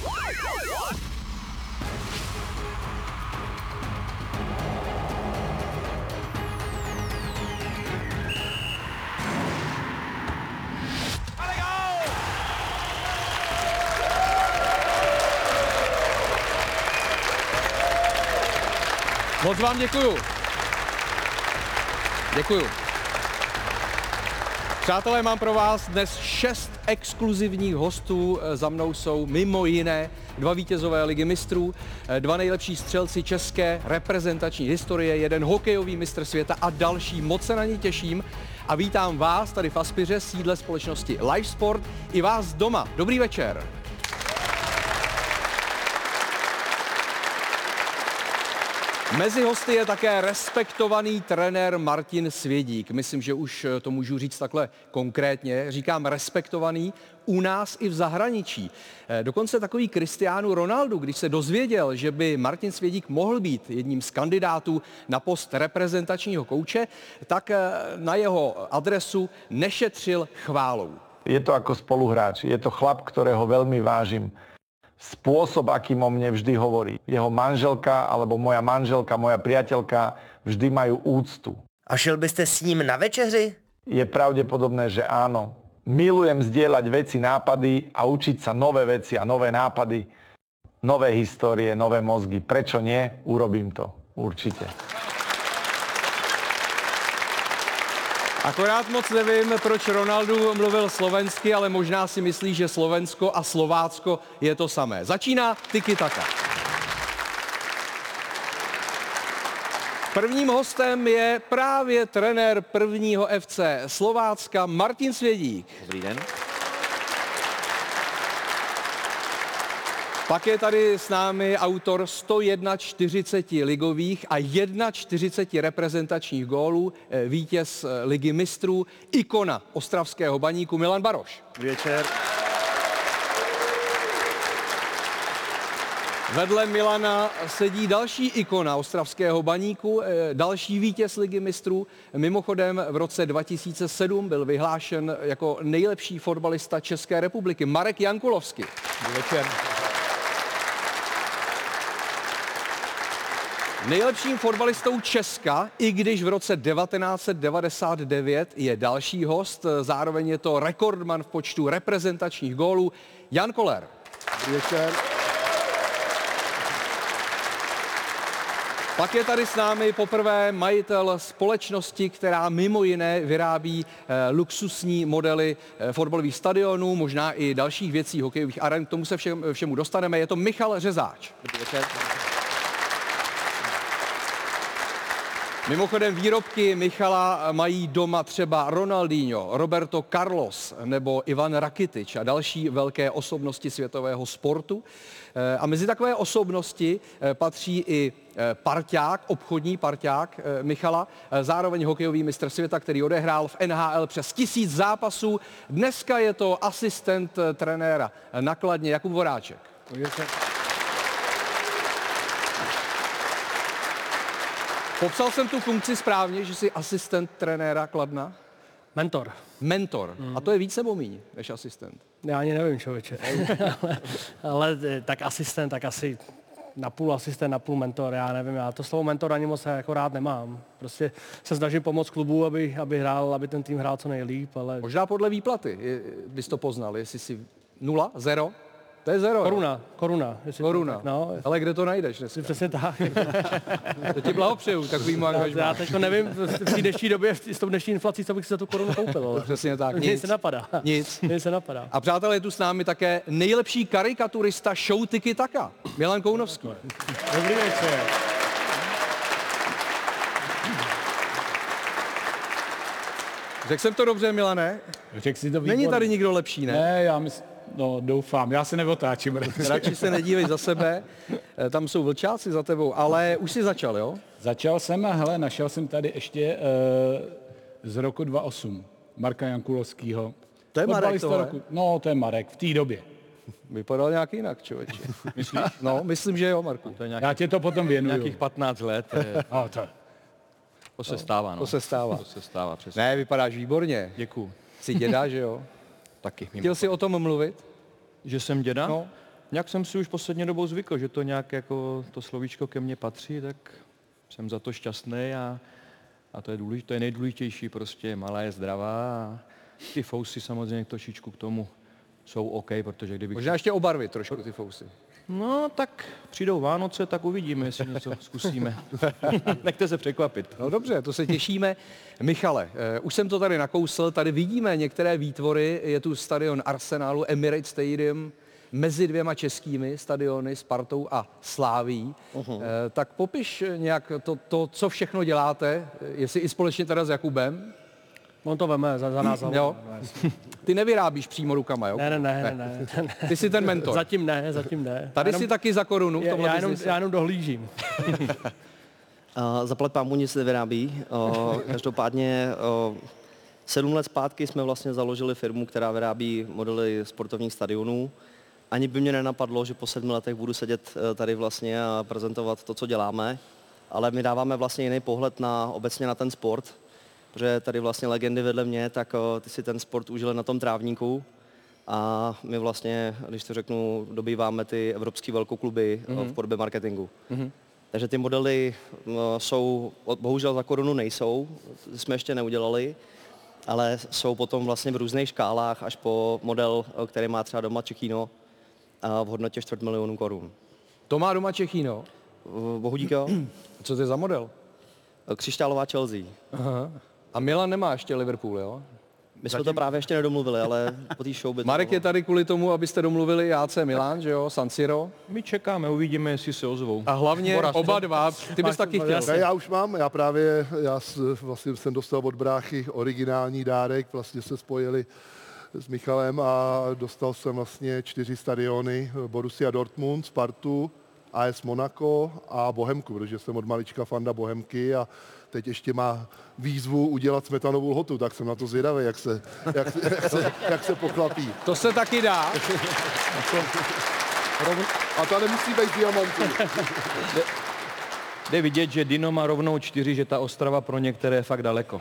Moc vám děkuju. Děkuju. Přátelé, mám pro vás dnes 6 exkluzivních hostů. Za mnou jsou mimo jiné 2 vítězové ligy mistrů, 2 nejlepší střelci české reprezentační historie, 1 hokejový mistr světa a další. Moc se na ně těším a vítám vás tady v Aspiře, sídle společnosti Live Sport, i vás doma. Dobrý večer. Mezi hosty je také respektovaný trenér Martin Svědík. Myslím, že už to můžu říct takhle konkrétně. Říkám respektovaný u nás i v zahraničí. Dokonce takový Cristiano Ronaldo, když se dozvěděl, že by Martin Svědík mohl být jedním z kandidátů na post reprezentačního kouče, tak na jeho adresu nešetřil chválou. Je to ako spoluhráč, je to chlap, ktorého veľmi vážim. Spôsob, akým o mne vždy hovorí. Jeho manželka alebo moja manželka, moja priateľka vždy majú úctu. A šel byste s ním na večeři? Je pravdepodobné, že áno. Milujem zdieľať veci, nápady a učiť sa nové veci a nové nápady, nové histórie, nové mozgy. Prečo nie? Urobím to. Určite. Akorát moc nevím, proč Ronaldo mluvil slovensky, ale možná si myslí, že Slovensko a Slovácko je to samé. Začíná Tiki Taka. Prvním hostem je právě trenér prvního FC Slovácka Martin Svědík. Dobrý den. Pak je tady s námi autor 141 ligových a 41 reprezentačních gólů, vítěz ligy mistrů, ikona ostravského Baníku Milan Baroš. Dobrý večer. Vedle Milana sedí další ikona ostravského Baníku, další vítěz ligy mistrů. Mimochodem v roce 2007 byl vyhlášen jako nejlepší fotbalista České republiky Marek Jankulovský. Dobrý večer. Nejlepším fotbalistou Česka, i když v roce 1999 je další host, zároveň je to rekordman v počtu reprezentačních gólů, Jan Koller. Dobrý večer. Pak je tady s námi poprvé majitel společnosti, která mimo jiné vyrábí luxusní modely fotbalových stadionů, možná i dalších věcí, hokejových aren. K tomu se všemu dostaneme. Je to Michal Řezáč. Dobrý večer. Mimochodem výrobky Michala mají doma třeba Ronaldinho, Roberto Carlos nebo Ivan Rakitic a další velké osobnosti světového sportu. A mezi takové osobnosti patří i parťák, obchodní parťák Michala, zároveň hokejový mistr světa, který odehrál v NHL přes 1000 zápasů. Dneska je to asistent trenéra na Kladně Jakub Voráček. Popsal jsem tu funkci správně, že jsi asistent trenéra Kladna? Mentor. Mentor. A to je víc nebo míň než asistent? Já ani nevím, člověče. ale tak asistent, tak asi napůl asistent, napůl mentor, já nevím. Já to slovo mentor ani moc jako rád nemám. Prostě se snažím pomoct klubu, aby ten tým hrál co nejlíp, ale... Možná podle výplaty bys to poznal, jestli si 0, 0? To je 0. Koruna. Koruna. No, ale kde to najdeš? Přesně tak. To ti blahopřeju, takovýmu angažmá. Já teď nevím, v té dnešní době, s tou dnešní inflací, co bych si za tu korunu koupil. Ale... Přesně tak. Nic se napadá. Nic. Nic se napadá. A přátelé, je tu s námi také nejlepší karikaturista show Tiki Taka, Milan Kounovský. Dobrý večer. Řekl jsem to dobře, Milane? Řekl si to výborně. Není tady nikdo lepší, ne? Ne, já myslím, no doufám, já se neotáčím. Radši se nedívej za sebe, tam jsou vlčáci za tebou, ale už jsi začal, jo? Začal jsem a hele, našel jsem tady ještě z roku 2008 Marka Jankulovskýho. To je Marek tohle? No, to je Marek, v té době. Vypadal nějak jinak, člověče. Myslíš? No, myslím, že jo, Marku. To je Já tě to potom věnuju. nějakých 15 let. No, To se stává, no. To se stává. To se stává, přesně. Ne, vypadáš výborně. Děkuju. Jsi děda, že jo? Taky. Chtěl jsi o tom mluvit? Že jsem děda? No. Nějak jsem si už poslední dobou zvykl, že to nějak jako to slovíčko ke mně patří, tak jsem za to šťastný a to je nejdůležitější, prostě malá je zdravá a ty fousy samozřejmě trošičku k tomu jsou OK, protože kdybych... Možná ještě obarvit trošku ty fousy. No tak přijdou Vánoce, tak uvidíme, jestli něco zkusíme. Nechte se překvapit. No dobře, to se těšíme. Michale, už jsem to tady nakousl, tady vidíme některé výtvory, je tu stadion Arsenalu, Emirates Stadium, mezi dvěma českými stadiony, Spartou a Sláví. Tak popiš nějak to, co všechno děláte, jestli i společně teda s Jakubem. On to veme za nás. Jo. Ty nevyrábíš přímo rukama, jo? Ne. Ty jsi ten mentor. Zatím ne. Tady jsi taky za korunu v tomhle já jenom dohlížím. Zaplať pámu nic nevyrábí. Každopádně 7 let zpátky jsme vlastně založili firmu, která vyrábí modely sportovních stadionů. Ani by mě nenapadlo, že po 7 letech budu sedět tady vlastně a prezentovat to, co děláme, ale my dáváme vlastně jiný pohled obecně na ten sport, protože tady vlastně legendy vedle mě, tak ty si ten sport užili na tom trávníku a my vlastně, když to řeknu, dobýváme ty evropské velkokluby v podobě marketingu. Takže ty modely jsou, bohužel za korunu nejsou, jsme ještě neudělali, ale jsou potom vlastně v různých škálách až po model, který má třeba doma Čechino v hodnotě 250 000 korun. To má doma Čechino. Bohu díky, jo. Co to je za model? Křišťálová Chelsea. Aha. A Milan nemá ještě Liverpool, jo? My jsme to právě ještě nedomluvili, ale po té show by to Marek bylo. je tady kvůli tomu, abyste domluvili AC Milan, že jo, San Siro. My čekáme, uvidíme, jestli se ozvou. A hlavně Boras, oba dva, ty bys taky chtěl. jasně. Ne, já už mám, vlastně jsem dostal od bráchy originální dárek, vlastně se spojili s Michalem a dostal jsem vlastně 4 stadiony, Borussia Dortmund, Spartu, AS Monaco a Bohemku, protože jsem od malička fanda Bohemky a teď ještě má výzvu udělat smetanovou lhotu, tak jsem na to zvědavý, jak se pochlapí. To se taky dá. A ta nemusí být diamantů. Jde vidět, že Dino má rovnou 4, že ta Ostrava pro některé je fakt daleko.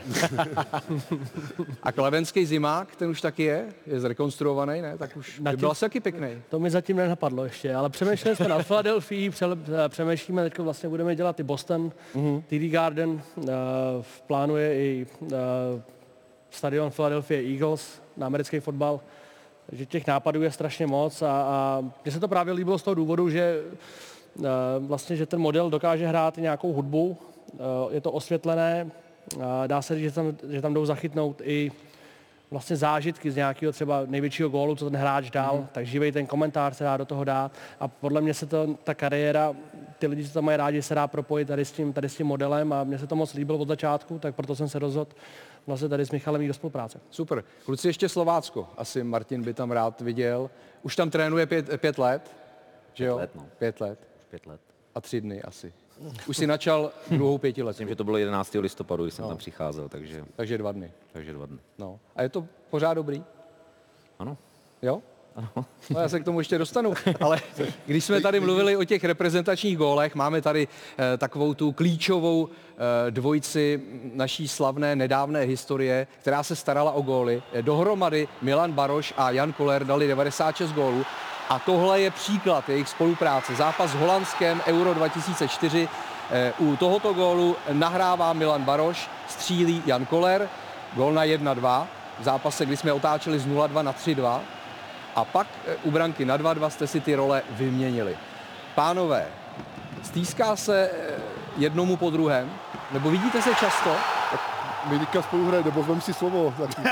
A kladenský zimák, ten už taky je zrekonstruovaný, ne? Tak už by byl asi taky pěkný. To mi zatím nenapadlo ještě, ale přemýšleli jsme na Philadelphii, přemýšlíme, teď vlastně budeme dělat i Boston, TD Garden, v plánu je i stadion Philadelphia Eagles na americký fotbal, takže těch nápadů je strašně moc a mně se to právě líbilo z toho důvodu, že vlastně, že ten model dokáže hrát i nějakou hudbu, je to osvětlené, dá se říct, že tam jdou zachytnout i vlastně zážitky z nějakého třeba největšího gólu, co ten hráč dal, tak živej ten komentář se dá do toho dát a podle mě se ta kariéra, ty lidi, co tam mají rádi, se dá propojit tady s tím modelem a mně se to moc líbilo od začátku, tak proto jsem se rozhodl vlastně tady s Michalem jít do spolupráce. Super. Kluci, ještě Slovácko. Asi Martin by tam rád viděl. Už tam trénuje 5 let, že jo? 5 let. 5 let. A 3 dny asi. Už si načal druhou 5 let. Myslím, že to bylo 11. listopadu, když jsem tam přicházel, Takže 2 dny. takže 2 dny. No. A je to pořád dobrý? Ano. Jo? No, já se k tomu ještě dostanu, ale když jsme tady mluvili o těch reprezentačních gólech, máme tady takovou tu klíčovou dvojici naší slavné nedávné historie, která se starala o góly. Dohromady Milan Baroš a Jan Koller dali 96 gólů a tohle je příklad jejich spolupráce. Zápas s Holandskem Euro 2004. U tohoto gólu nahrává Milan Baroš, střílí Jan Koller, gól na 1-2. V zápase, kdy jsme otáčeli z 0-2 na 3-2. A pak u branky na 2-2 jste si ty role vyměnili. Pánové, stýská se jednomu po druhém? Nebo vidíte se často? My teďka spolu hrajeme, nebo vem si slovo.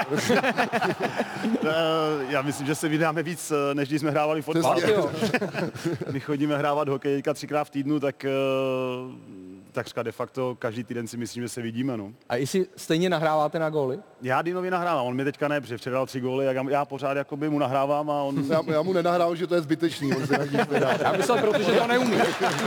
Já myslím, že se vydáme víc, než když jsme hrávali fotbal. My chodíme hrávat hokej 3krát v týdnu, tak takřka de facto každý týden si myslím, že se vidíme. No. A jestli stejně nahráváte na góly? Já Dinovi nahrávám, on mi teďka ne, protože včera dal 3 góly, já pořád jakoby mu nahrávám a on... Já mu nenahrávám, že to je zbytečný, on se na nic nedá. Já myslel, protože to neumí.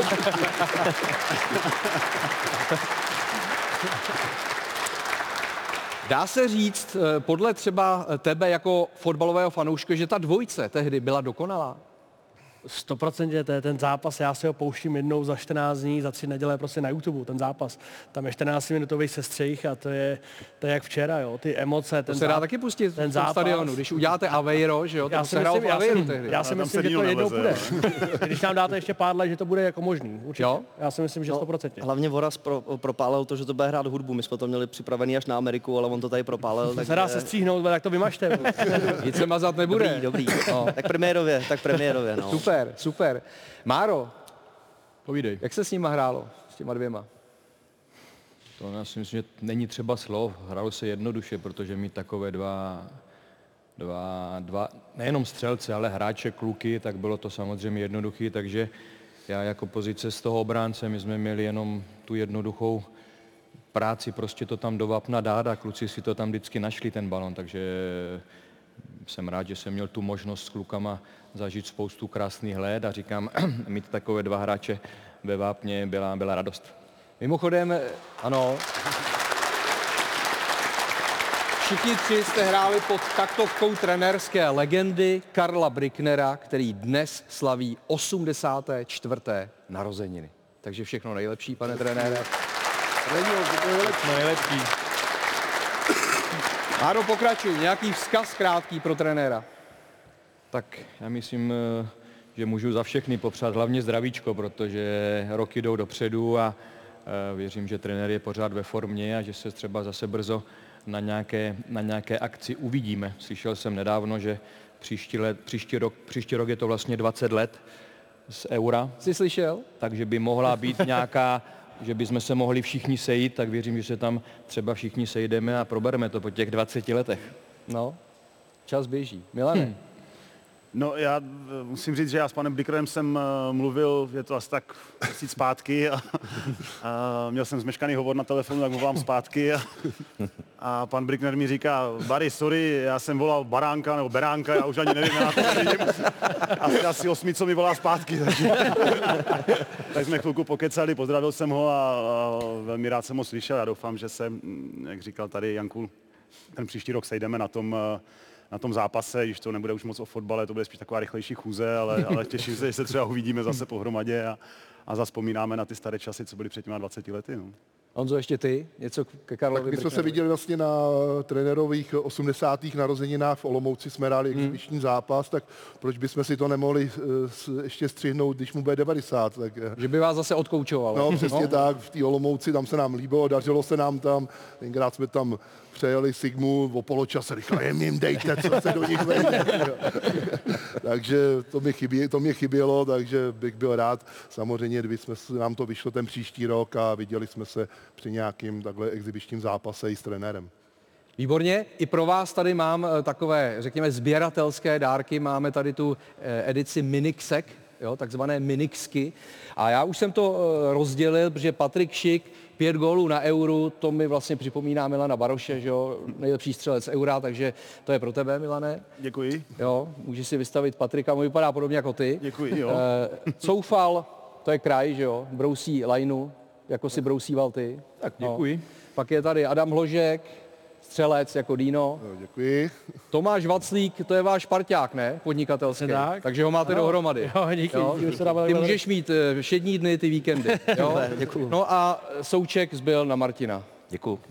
Dá se říct, podle třeba tebe jako fotbalového fanouška, že ta dvojice tehdy byla dokonalá? 100% to je ten zápas, já si ho pouštím jednou za 14 dní, za 3 neděle prostě na YouTube, ten zápas. Tam je 14-minutový sestřih a to je jak včera, jo, ty emoce, ten To se dá taky pustit ten v tom stadionu, když uděláte Aveiro, že jo, to se hrálo v Aveiru tehdy. Já si myslím, že to jednou půjde. Když nám dáte ještě pár let, že to bude jako možný, určitě. Jo? Já si myslím, že 100%. Hlavně Voraz propálil to, že to bude hrát hudbu. My jsme to měli připravený až na Ameriku, ale on to tady propálil. Se dá se stříhnout, tak to vymažte. Nic se mazat nebude. Dobrý. No. Tak premiérově, no. Super. Máro, Povídej. jak se s nima hrálo, s těma dvěma? To já si myslím, že není třeba slov. Hrálo se jednoduše, protože mít takové dva nejenom střelce, ale hráče, kluky, tak bylo to samozřejmě jednoduchý, takže já jako pozice z toho obránce, my jsme měli jenom tu jednoduchou práci, prostě to tam do vápna dát a kluci si to tam vždycky našli ten balon, takže jsem rád, že jsem měl tu možnost s klukama zažít spoustu krásných let a říkám, mít takové dva hráče ve vápně byla radost. Mimochodem, ano, všichni tři jste hráli pod taktovkou trenérské legendy Karla Bricknera, který dnes slaví 84. narozeniny. Takže všechno nejlepší, pane trenére. Nejlepší. Máro, pokračuj. Nějaký vzkaz krátký pro trenéra. Tak já myslím, že můžu za všechny popřát hlavně zdravíčko, protože roky jdou dopředu a věřím, že trenér je pořád ve formě a že se třeba zase brzo na nějaké akci uvidíme. Slyšel jsem nedávno, že příští rok je to vlastně 20 let z Eura. Jsi slyšel? Takže by mohla být nějaká, že bychom se mohli všichni sejít, tak věřím, že se tam třeba všichni sejdeme a probereme to po těch 20 letech. No, čas běží. Milane. No já musím říct, že já s panem Bricknerem jsem mluvil, je to asi tak měsíc zpátky a měl jsem zmeškaný hovor na telefonu, tak mu volám zpátky a pan Brickner mi říká, Barry, sorry, já jsem volal Baránka nebo Beránka, já už ani nevím, já to nevím. Asi 8, co mi volá zpátky. Tak jsme chvilku pokecali, pozdravil jsem ho a velmi rád jsem ho slyšel. Já doufám, že se, jak říkal tady Janku, ten příští rok sejdeme na tom zápase, když to nebude už moc o fotbale, to bude spíš taková rychlejší chůze, ale těším se, že se třeba uvidíme zase pohromadě a zazpomínáme na ty staré časy, co byly před těma 20 lety. No. Honzo, ještě ty? Něco ke Karlovi Tak my jsme Bricknerovi? se viděli vlastně na trenérových 80. narozeninách v Olomouci, jsme hráli exibiční zápas, tak proč bychom si to nemohli ještě střihnout, když mu bude 90. Tak, Že by vás zase odkoučoval. no přesně tak, v té Olomouci, tam se nám líbilo, dařilo se nám tam, tenkrát jsme tam přejeli Sigmu o poločase, říkali, jim dejte, co se do nich vejde. Takže to mě chybělo, takže bych byl rád, samozřejmě, kdyby nám to vyšlo ten příští rok a viděli jsme se při nějakým takhle exibičním zápase i s trenérem. Výborně. I pro vás tady mám takové, řekněme, sběratelské dárky. Máme tady tu edici Minixek, jo, takzvané Minixky. A já už jsem to rozdělil, protože Patrik Šik, 5 gólů na Euru, to mi vlastně připomíná Milana Baroše, že jo, nejlepší střelec Eura, takže to je pro tebe, Milane. Děkuji. Jo, můžeš si vystavit Patrika, mu vypadá podobně jako ty. Děkuji, jo. Coufal, to je kraj, že jo, brousí lajnu, jako si brousíval ty. Tak děkuji. No. Pak je tady Adam Hložek, střelec jako Dino. No, děkuji. Tomáš Vaclík, to je váš parťák, ne? Podnikatelský. Tak. Takže ho máte dohromady. Jo, díky. Ty můžeš mít všední dny, ty víkendy. Jo? Děkuju. No a souček zbyl na Martina. Děkuju.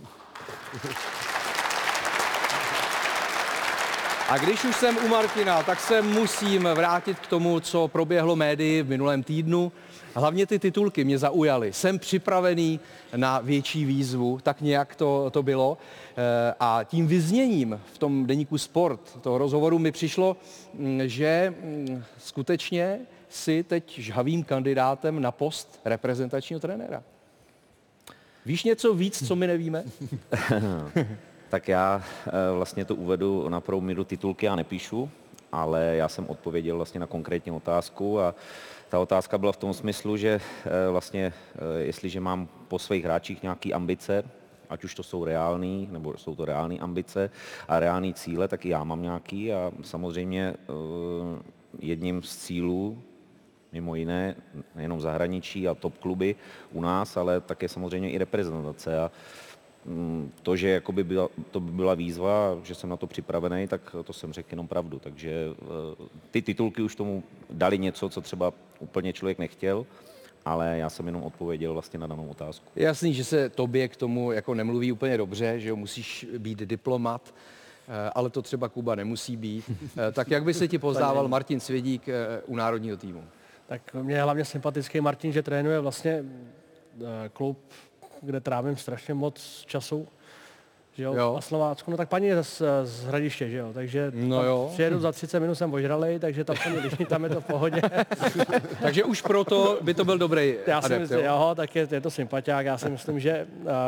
A když už jsem u Martina, tak se musím vrátit k tomu, co proběhlo médii v minulém týdnu. Hlavně ty titulky mě zaujaly. Jsem připravený na větší výzvu, tak nějak to bylo. A tím vyzněním v tom deníku Sport, toho rozhovoru, mi přišlo, že skutečně si teď žhavým kandidátem na post reprezentačního trenéra. Víš něco víc, co my nevíme? Tak já vlastně to uvedu na prvou míru, titulky já nepíšu, ale já jsem odpověděl vlastně na konkrétní otázku a ta otázka byla v tom smyslu, že vlastně jestliže mám po svých hráčích nějaké ambice, ať už to jsou reální, nebo jsou to reální ambice a reální cíle, tak i já mám nějaký a samozřejmě jedním z cílů, mimo jiné, nejenom zahraničí a top kluby u nás, ale také samozřejmě i reprezentace. A To, že jakoby to by byla výzva, že jsem na to připravený, tak to jsem řekl jenom pravdu. Takže ty titulky už tomu dali něco, co třeba úplně člověk nechtěl, ale já jsem jenom odpověděl vlastně na danou otázku. Je jasný, že se tobě k tomu jako nemluví úplně dobře, že jo, musíš být diplomat, ale to třeba Kuba nemusí být. Tak jak by se ti pozdával Martin Svědík u národního týmu? Tak mě je hlavně sympatický Martin, že trénuje vlastně klub, kde trávím strašně moc času, že jo, na Slovácku. No tak paní je z Hradiště, že jo, takže přijedu za 30 minut, jsem ožralej, takže tam se mi líbí, tam je to v pohodě. Takže už proto by to byl dobrý adept, jo, tak je to sympatiák, já si myslím, že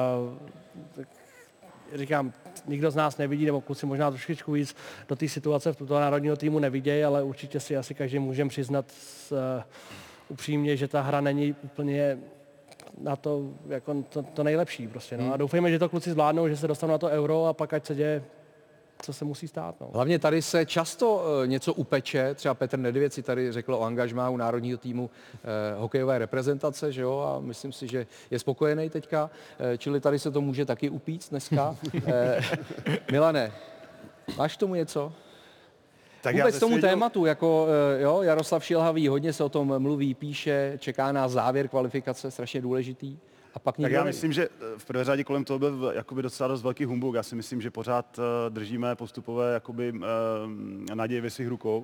říkám, nikdo z nás nevidí, nebo kluci možná trošičku víc do té situace v tuto národního týmu nevidějí, ale určitě si asi každý můžeme přiznat upřímně, že ta hra není úplně na to, jako to nejlepší prostě. No. A doufejme, že to kluci zvládnou, že se dostanou na to Euro a pak ať se děje, co se musí stát. No. Hlavně tady se často něco upeče, třeba Petr Nedvěd si tady řekl o angažmá u národního týmu hokejové reprezentace, že jo, a myslím si, že je spokojený teďka, čili tady se to může taky upíct dneska. Milane, máš k tomu něco? Tak vůbec tomu tématu, jako Jaroslav Šilhavý, hodně se o tom mluví, píše, čeká nás závěr kvalifikace, strašně důležitý. A pak tak já myslím, že v prvé řadě kolem toho byl jakoby docela dost velký humbug. Já si myslím, že pořád držíme postupové jakoby, naděje ve svých rukou.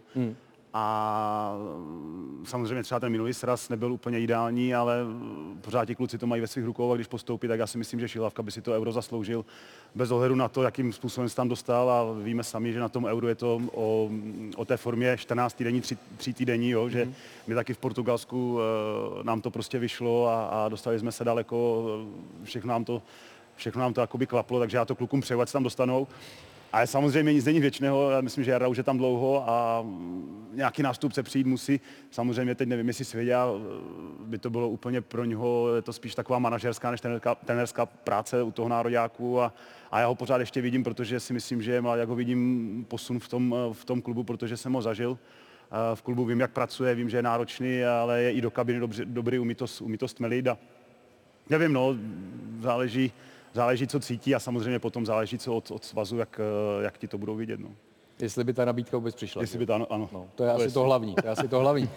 A samozřejmě třeba ten minulý sraz nebyl úplně ideální, ale pořád ti kluci to mají ve svých rukou a když postoupí, tak já si myslím, že Šilhavka by si to Euro zasloužil bez ohledu na to, jakým způsobem se tam dostal a víme sami, že na tom Euro je to o té formě 14 týdenní, 3 týdenní, jo, že my taky v Portugalsku nám to prostě vyšlo a dostali jsme se daleko, všechno nám to jakoby klaplo, takže já to klukům přeju, ať se tam dostanou. Ale samozřejmě nic není věčného, já myslím, že Jarda už je tam dlouho a nějaký nástupce přijít musí. Samozřejmě teď nevím, jestli Svěďa by to bylo úplně pro něho, je to spíš taková manažerská než trenérská práce u toho nároďáku a já ho pořád ještě vidím, protože si myslím, že jak ho vidím posun v tom klubu, protože jsem ho zažil. V klubu vím, jak pracuje, vím, že je náročný, ale je i do kabiny dobrý, umí to stmelit a nevím, no, záleží, co cítí a samozřejmě potom záleží, co od svazu, jak ti to budou vidět. No. Jestli by ta nabídka vůbec přišla. Jestli by to ano. No, to je asi to hlavní.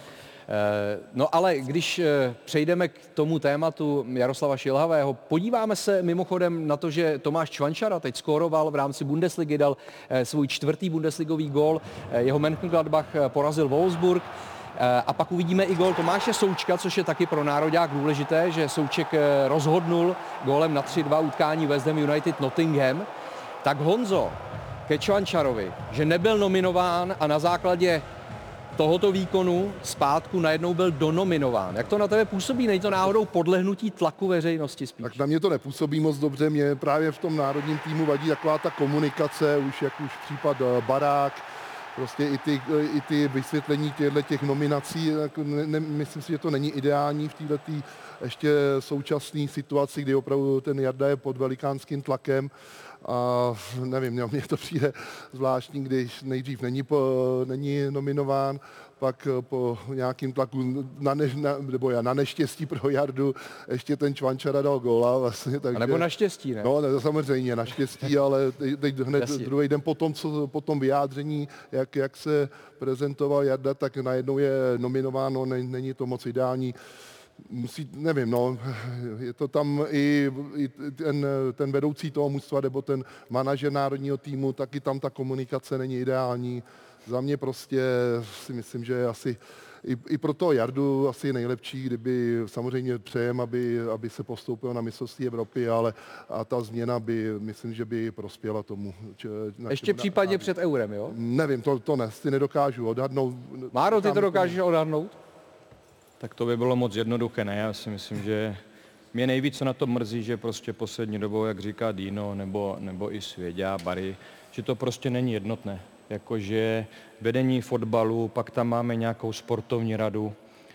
No ale když přejdeme k tomu tématu Jaroslava Šilhavého, podíváme se mimochodem na to, že Tomáš Čvančara teď skóroval v rámci Bundesligy, dal svůj 4. bundesligový gól, jeho Mönchengladbach porazil Wolfsburg. A pak uvidíme i gól Tomáše Součka, což je taky pro nároďák důležité, že Souček rozhodnul gólem na 3-2 utkání West Ham United Nottingham. Tak Honzo, ke Čvančarovi, že nebyl nominován a na základě tohoto výkonu zpátku najednou byl donominován. Jak to na tebe působí? Není to náhodou podlehnutí tlaku veřejnosti spíš? Tak na mě to nepůsobí moc dobře. Mě právě v tom národním týmu vadí taková ta komunikace, už případ Barák, prostě i ty vysvětlení těch nominací, myslím si, že to není ideální v této ještě současné situaci, kdy opravdu ten Jarda je pod velikánským tlakem. A nevím, mně to přijde zvláštní, když nejdřív není nominován, pak po nějakým tlaku na neštěstí pro Jardu ještě ten Čvančara dal góla. Vlastně, takže, a nebo naštěstí, ne? No, samozřejmě naštěstí, ale teď hned druhý den po tom vyjádření, jak se prezentoval Jarda, tak najednou je nominováno, není to moc ideální. Nevím, no, je to tam i ten vedoucí toho mužstva, nebo ten manažer národního týmu, taky tam ta komunikace není ideální. Za mě prostě si myslím, že asi i pro toho Jardu asi nejlepší, kdyby samozřejmě přejem, aby se postoupil na mistrovství Evropy, ale a ta změna myslím, že by prospěla tomu. Ještě případně před Eurem, jo? Nevím, to nedokážu odhadnout. Máro, ty to dokážeš odhadnout? Tak to by bylo moc jednoduché, ne? Já si myslím, že mě nejvíc na to mrzí, že prostě poslední dobou, jak říká Dino, nebo i Svěďa, Barry, že to prostě není jednotné. Jakože vedení fotbalu, pak tam máme nějakou sportovní radu.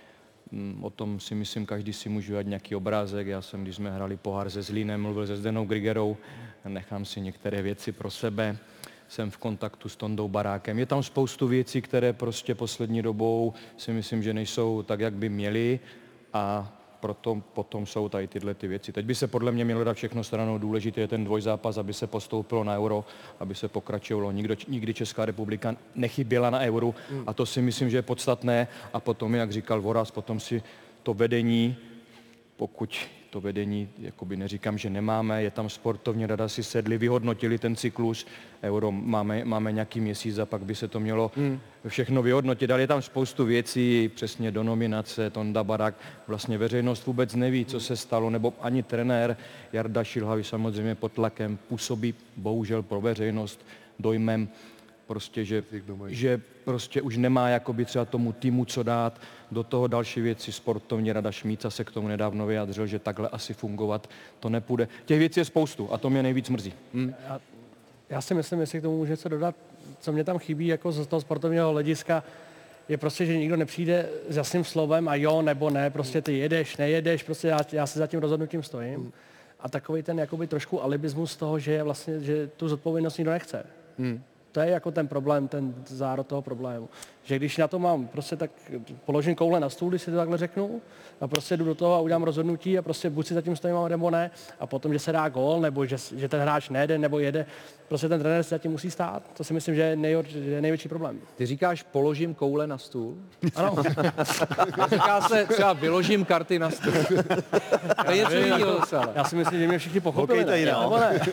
O tom si myslím, každý si může udělat nějaký obrázek. Já jsem, když jsme hráli pohár se Zlínem, mluvil se Zdenou Grigerou, nechám si některé věci pro sebe. Jsem v kontaktu s Tondou Barákem. Je tam spoustu věcí, které prostě poslední dobou si myslím, že nejsou tak, jak by měly. A proto potom jsou tady tyhle ty věci. Teď by se podle mě mělo dát všechno stranou. Důležitý je ten dvojzápas, aby se postoupilo na euro, aby se pokračovalo. Nikdy Česká republika nechyběla na euru a to si myslím, že je podstatné. A potom, jak říkal Voraz, potom si to vedení, pokud to vedení, jakoby neříkám, že nemáme, je tam sportovní rada, si sedli, vyhodnotili ten cyklus, euro máme nějaký měsíc a pak by se to mělo všechno vyhodnotit. Ale je tam spoustu věcí, přesně do nominace, Tonda Barák, vlastně veřejnost vůbec neví, co se stalo, nebo ani trenér Jarda Šilhavý samozřejmě pod tlakem působí bohužel pro veřejnost dojmem, prostě, že prostě už nemá jakoby třeba tomu týmu co dát. Do toho další věci, sportovní rada Šmíca se k tomu nedávno vyjádřil, že takhle asi fungovat to nepůjde. Těch věcí je spoustu a to mě nejvíc mrzí. Já si myslím, jestli k tomu může co dodat, co mě tam chybí jako z toho sportovního hlediska, je prostě, že nikdo nepřijde s jasným slovem a jo nebo ne, prostě ty jedeš, nejedeš, prostě já si za tím rozhodnutím stojím. A takový ten jakoby trošku alibismus toho, že vlastně, že tu zodpovědnost nikdo nechce. To je jako ten problém, ten zárod toho problému. Že když na to mám, prostě tak položím koule na stůl, když si to takhle řeknu, a prostě jdu do toho a udělám rozhodnutí a prostě buď si zatím stojím nebo ne, a potom, že se dá gól, nebo že ten hráč nejde nebo jede, prostě ten trenér si zatím musí stát. To si myslím, že je největší problém. Ty říkáš, položím koule na stůl? Ano. Říká se třeba vyložím karty na stůl. To je něco jiného. Já si myslím, že mě všichni pochopili. Hokej to Nebo ne?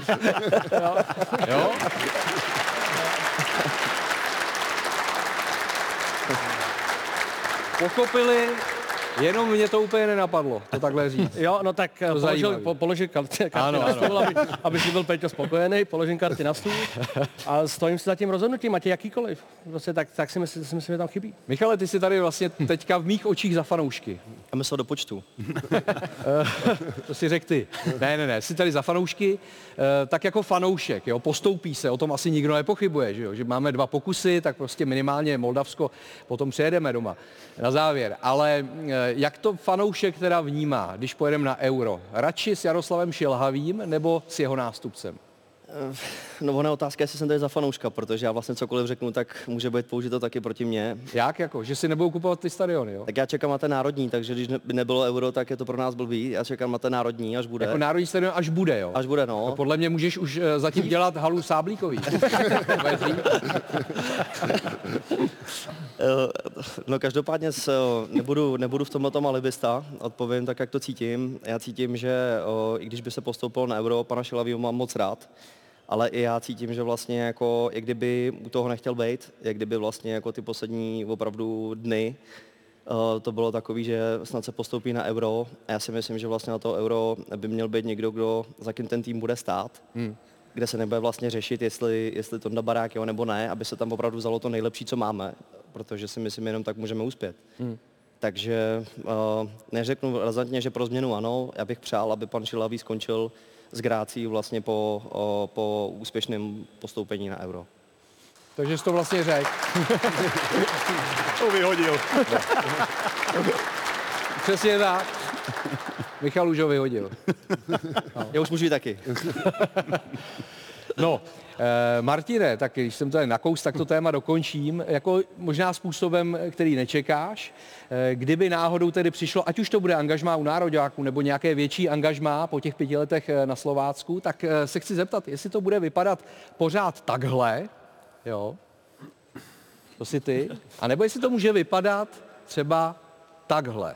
Jo? Pochopili, jenom mě to úplně nenapadlo, to takhle říct. Jo, no tak položil karty na stůl, aby si byl Peťo spokojený, položím karty na stůl a stojím si za tím rozhodnutím, ať je jakýkoliv. Prostě tak si myslím, že tam chybí. Michale, ty jsi tady vlastně teďka v mých očích za fanoušky. A myslel do počtu. To si řek ty. Ne, jsi tady za fanoušky, tak jako fanoušek, jo, postoupí se, o tom asi nikdo nepochybuje, že máme 2 pokusy, tak prostě minimálně Moldavsko potom přejedeme doma na závěr. Ale jak to fanoušek teda vnímá, když pojedeme na euro? Radši s Jaroslavem Šilhavým nebo s jeho nástupcem? No ona otázka, jestli jsem tady za fanouška, protože já vlastně cokoliv řeknu, tak může být použito taky proti mně. Jak jako? Že si nebudou kupovat ty stadiony, jo? Tak já čekám na ten národní, takže když by nebylo euro, tak je to pro nás blbý. Já čekám na ten národní, až bude. Jako národní stadion až bude, jo? Až bude, no. Podle mě můžeš už zatím dělat halu Sáblíkový. No každopádně nebudu v tomhle tom alibista, odpovím tak, jak to cítím. Já cítím, že i když by se postoupilo na euro, pana Šilhavýho mám moc rád, ale i já cítím, že vlastně jako, jak kdyby u toho nechtěl být, jak kdyby vlastně jako ty poslední opravdu dny to bylo takový, že snad se postoupí na euro a já si myslím, že vlastně na to euro by měl být někdo, kdo za kým ten tým bude stát, kde se nebude vlastně řešit, jestli Tonda Barák jo nebo ne, aby se tam opravdu vzalo to nejlepší, co máme, protože si myslím, jenom tak můžeme uspět. Takže neřeknu razantně, že pro změnu ano, já bych přál, aby pan Šilhavý skončil s Grácí vlastně po úspěšném postoupení na euro. Takže jsi to vlastně řekl. To vyhodil. Přesně tak. Michal už ho vyhodil. No. Já už můžu jít taky. No, Martine, tak když jsem tady nakous, tak to téma dokončím. Jako možná způsobem, který nečekáš. Kdyby náhodou tedy přišlo, ať už to bude angažmá u nároďáků nebo nějaké větší angažmá po těch 5 letech na Slovácku, tak se chci zeptat, jestli to bude vypadat pořád takhle, jo, to si ty, anebo jestli to může vypadat třeba takhle.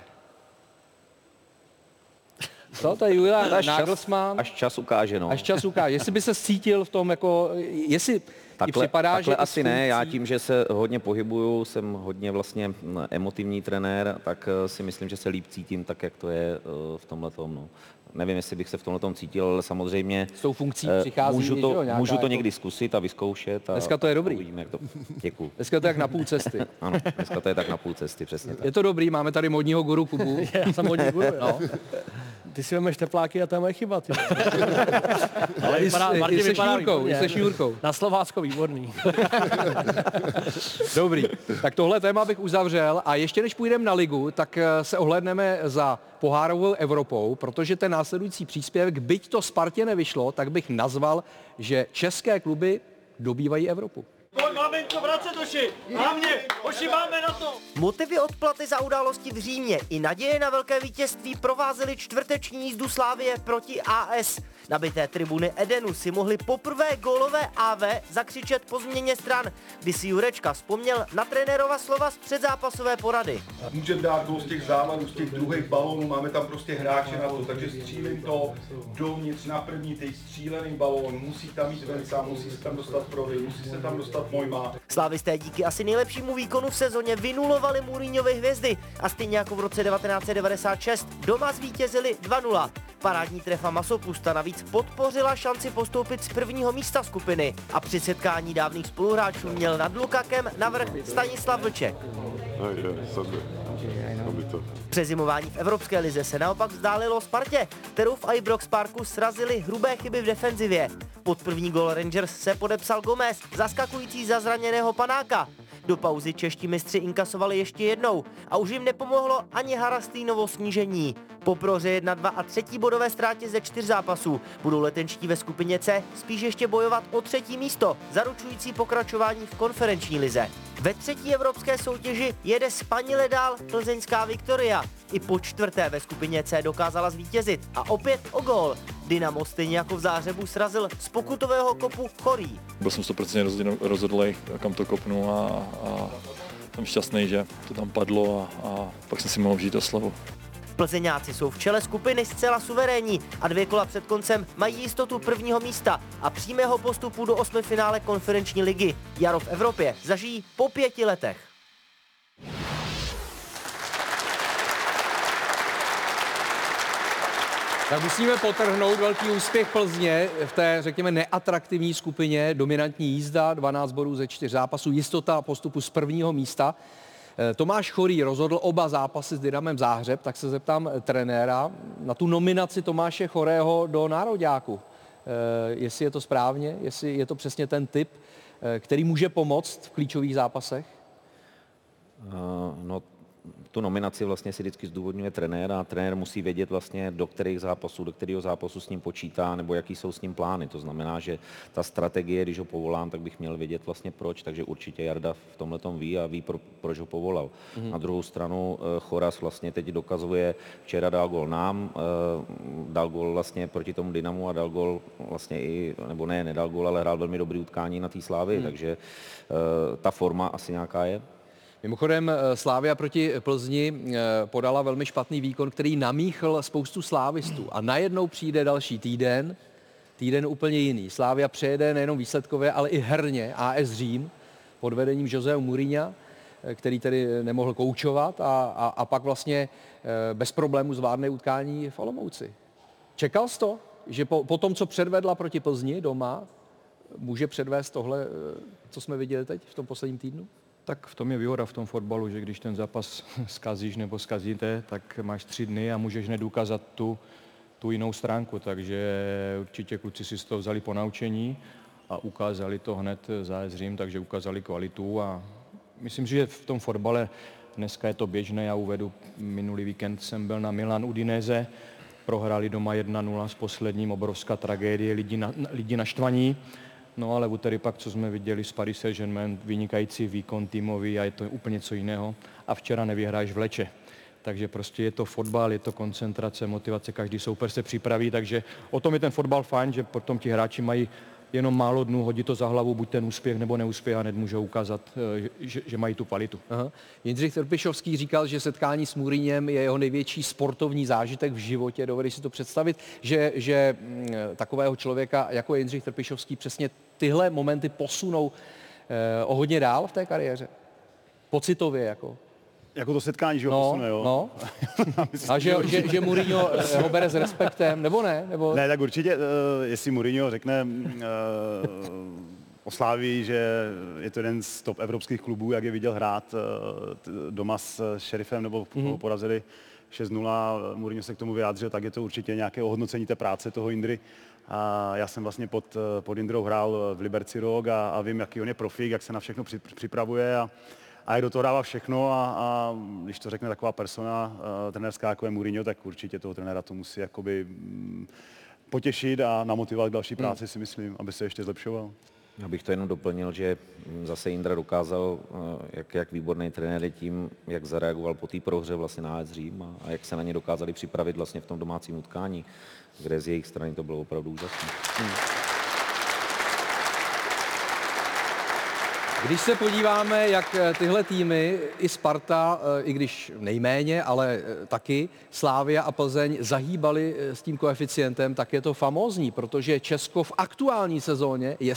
To je Julian Nagelsmann. Až čas ukáže, no. Až čas ukáže. Jestli by se cítil v tom, jako, jestli připadá, že... Takhle asi ne, já tím, že se hodně pohybuju, jsem hodně vlastně emotivní trenér, tak si myslím, že se líp cítím tak, jak to je v tomhletom, no. Nevím, jestli bych se v tomhletom cítil, ale samozřejmě s tou funkcí přichází, můžu to někdy zkusit a vyzkoušet. Dneska to je dobrý. Uvidíme, jak to... Děkuju. Dneska to je jak na půl cesty. Ano, dneska to je tak na půl cesty, přesně tak. Je to dobrý, máme tady modního guru Kubu. Já jsem modní guru, no. Ty si vemeš tepláky a to je moje chyba. Ale i se šňůrkou. Na Slovácko výborný. Dobrý. Tak tohle téma bych uzavřel a ještě než půjdeme na ligu, tak se ohlédneme za pohárovou Evropou, protože ten následující příspěvek, byť to Spartě nevyšlo, tak bych nazval, že české kluby dobývají Evropu. Motivy odplaty za události v Římě i naděje na velké vítězství provázely čtvrteční jízdu Slavie proti AS. Nabité tribuny Edenu si mohli poprvé gólové AV zakřičet po změně stran, kdy si Jurečka vzpomněl na trenérova slova z předzápasové porady. Můžeme dát gól z těch závadů, z těch druhých balónů, máme tam prostě hráče na to, takže střílím to dovnitř na první, teď střílený balón, musí tam jít Venca, musí se tam dostat Provy, musí se tam dostat Mojma. Slávisté díky asi nejlepšímu výkonu v sezóně vynulovali Mourinhovy hvězdy a stejně jako v roce 1996 doma zvítězili 2-0. Parádní trefa Masopusta navíc podpořila šanci postoupit z prvního místa skupiny a při setkání dávných spoluhráčů měl nad Lukakem navrch Stanislav Vlček. Přezimování v Evropské lize se naopak vzdálilo Spartě, kterou v Ibrox Parku srazily hrubé chyby v defenzivě. Pod první gól Rangers se podepsal Gomez, zaskakující za zraněného Panáka. Do pauzy čeští mistři inkasovali ještě jednou a už jim nepomohlo ani Harastýnovo snížení. Po prohře 1-2 a třetí bodové ztrátě ze 4 zápasů budou letenčtí ve skupině C spíš ještě bojovat o třetí místo, zaručující pokračování v konferenční lize. Ve třetí evropské soutěži jede spanile dál plzeňská Viktoria. I po čtvrté ve skupině C dokázala zvítězit a opět o gól. Dynamo stejně jako v Záhřebu srazil z pokutového kopu Chorý. Byl jsem 100% rozhodlý, kam to kopnu a jsem šťastný, že to tam padlo a pak jsem si mohl užít oslavu. Plzeňáci jsou v čele skupiny zcela suverénní a 2 kola před koncem mají jistotu prvního místa a přímého postupu do 8. finále konferenční ligy. Jaro v Evropě zažijí po 5 letech. Tak musíme potrhnout velký úspěch Plzně v té, řekněme, neatraktivní skupině, dominantní jízda, 12 bodů ze 4 zápasů, jistota postupu z prvního místa. Tomáš Chorý rozhodl oba zápasy s Dynamem Záhřeb, tak se zeptám trenéra na tu nominaci Tomáše Chorého do nároďáku. Jestli je to správně, jestli je to přesně ten typ, který může pomoct v klíčových zápasech? No, tu nominaci vlastně si vždycky zdůvodňuje trenér a trenér musí vědět vlastně, do kterého zápasu s ním počítá nebo jaký jsou s ním plány. To znamená, že ta strategie, když ho povolám, tak bych měl vědět vlastně proč, takže určitě Jarda v tomhletom ví a ví, proč ho povolal. Na druhou stranu Choras vlastně teď dokazuje, včera dal gól nám, dal gól vlastně proti tomu Dynamu a dal gól vlastně i, nebo ne, nedal gól, ale hrál velmi dobrý utkání na té Slávii, takže ta forma asi nějaká je. Mimochodem Slavia proti Plzni podala velmi špatný výkon, který namíchl spoustu slávistů. A najednou přijde další týden úplně jiný. Slavia přejede nejenom výsledkově, ale i herně AS Řím pod vedením Joseho Mourinha, který tedy nemohl koučovat a pak vlastně bez problému zvládne utkání v Olomouci. Čekal jsi to, že po tom, co předvedla proti Plzni doma, může předvést tohle, co jsme viděli teď v tom posledním týdnu? Tak v tom je výhoda v tom fotbalu, že když ten zápas zkazíš nebo zkazíte, tak máš 3 dny a můžeš hned ukázat tu jinou stránku. Takže určitě kluci si z toho vzali ponaučení a ukázali to hned za AS Řím, takže ukázali kvalitu a myslím si, že v tom fotbale dneska je to běžné. Já uvedu, minulý víkend jsem byl na Milan Udinese, prohráli doma 1-0 s posledním, obrovská tragédie, lidi naštvaní. No ale v úterý pak, co jsme viděli s Paris Saint-Germain, vynikající výkon týmový a je to úplně něco jiného. A včera nevyhráš v Leče. Takže prostě je to fotbal, je to koncentrace, motivace, každý soupeř se připraví, takže o tom je ten fotbal fajn, že potom ti hráči mají jenom málo dnů, hodí to za hlavu, buď ten úspěch nebo neúspěch a hned můžou ukázat, že mají tu kvalitu. Aha. Jindřich Trpišovský říkal, že setkání s Mourinhem je jeho největší sportovní zážitek v životě. Dovedeš si to představit, že takového člověka jako Jindřich Trpišovský přesně tyhle momenty posunou o hodně dál v té kariéře? Pocitově jako? Jako to setkání, že ho posune, jo? No. A že Mourinho ho bere s respektem, nebo ne? Nebo... Ne, tak určitě, jestli Mourinho řekne o Slávii, že je to jeden z top evropských klubů, jak je viděl hrát doma s Šerifem, nebo ho porazili 6-0, Mourinho se k tomu vyjádřil, tak je to určitě nějaké ohodnocení té práce toho Jindry. A já jsem vlastně pod Jindrou hrál v Liberci rok a vím, jaký on je profík, jak se na všechno připravuje a jak do toho dává všechno a když to řekne taková persona trenérská, jako je Mourinho, tak určitě toho trenéra to musí jakoby potěšit a namotivovat k další práci, si myslím, aby se ještě zlepšoval. Já bych to jenom doplnil, že zase Jindra dokázal, jak výborný trenér je tím, jak zareagoval po té prohře vlastně na AS Řím a jak se na ně dokázali připravit vlastně v tom domácím utkání, kde z jejich strany to bylo opravdu úžasné. Když se podíváme, jak tyhle týmy, i Sparta, i když nejméně, ale taky Slavia a Plzeň zahýbali s tím koeficientem, tak je to famózní, protože Česko v aktuální sezóně je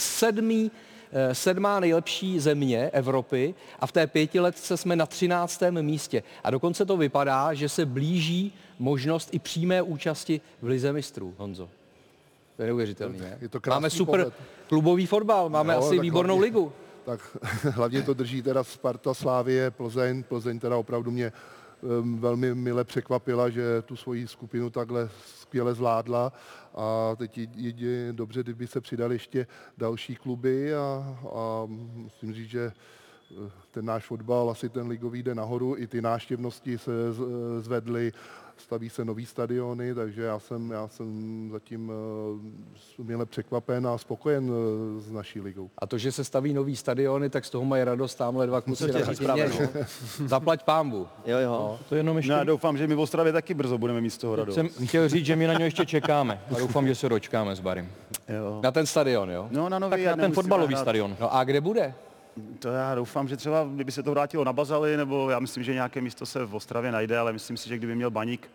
sedmá nejlepší země Evropy a v té pětiletce jsme na 13. místě. A dokonce to vypadá, že se blíží možnost i přímé účasti v Lize mistrů, Honzo. To je neuvěřitelný, ne? Je to krásný Máme super pohled. klubový fotbal, máme asi výbornou ligu. Tak hlavně to drží teda Sparta, Slávie, Plzeň. Plzeň teda opravdu mě velmi mile překvapila, že tu svoji skupinu takhle skvěle zvládla a teď je dobře, kdyby se přidali ještě další kluby a musím říct, že ten náš fotbal, asi ten ligový jde nahoru, i ty návštěvnosti se zvedly, staví se nový stadiony, takže já jsem zatím mile překvapen a spokojen s naší ligou. A to, že se staví nový stadiony, tak z toho mají radost tamhle dva kluci na Chytině. Zaplať pánbu. Jo. No. To jenom ještě... No, já doufám, že my v Ostravě taky brzo budeme mít z toho radost. Jsem chtěl říct, že my na něj ještě čekáme a doufám, že se dočkáme s Barym. Jo. Na ten stadion, jo? No, na nový, Tak na ten fotbalový stadion. No a kde bude? To já doufám, že třeba, kdyby se to vrátilo na Bazali, nebo já myslím, že nějaké místo se v Ostravě najde, ale myslím si, že kdyby měl Baník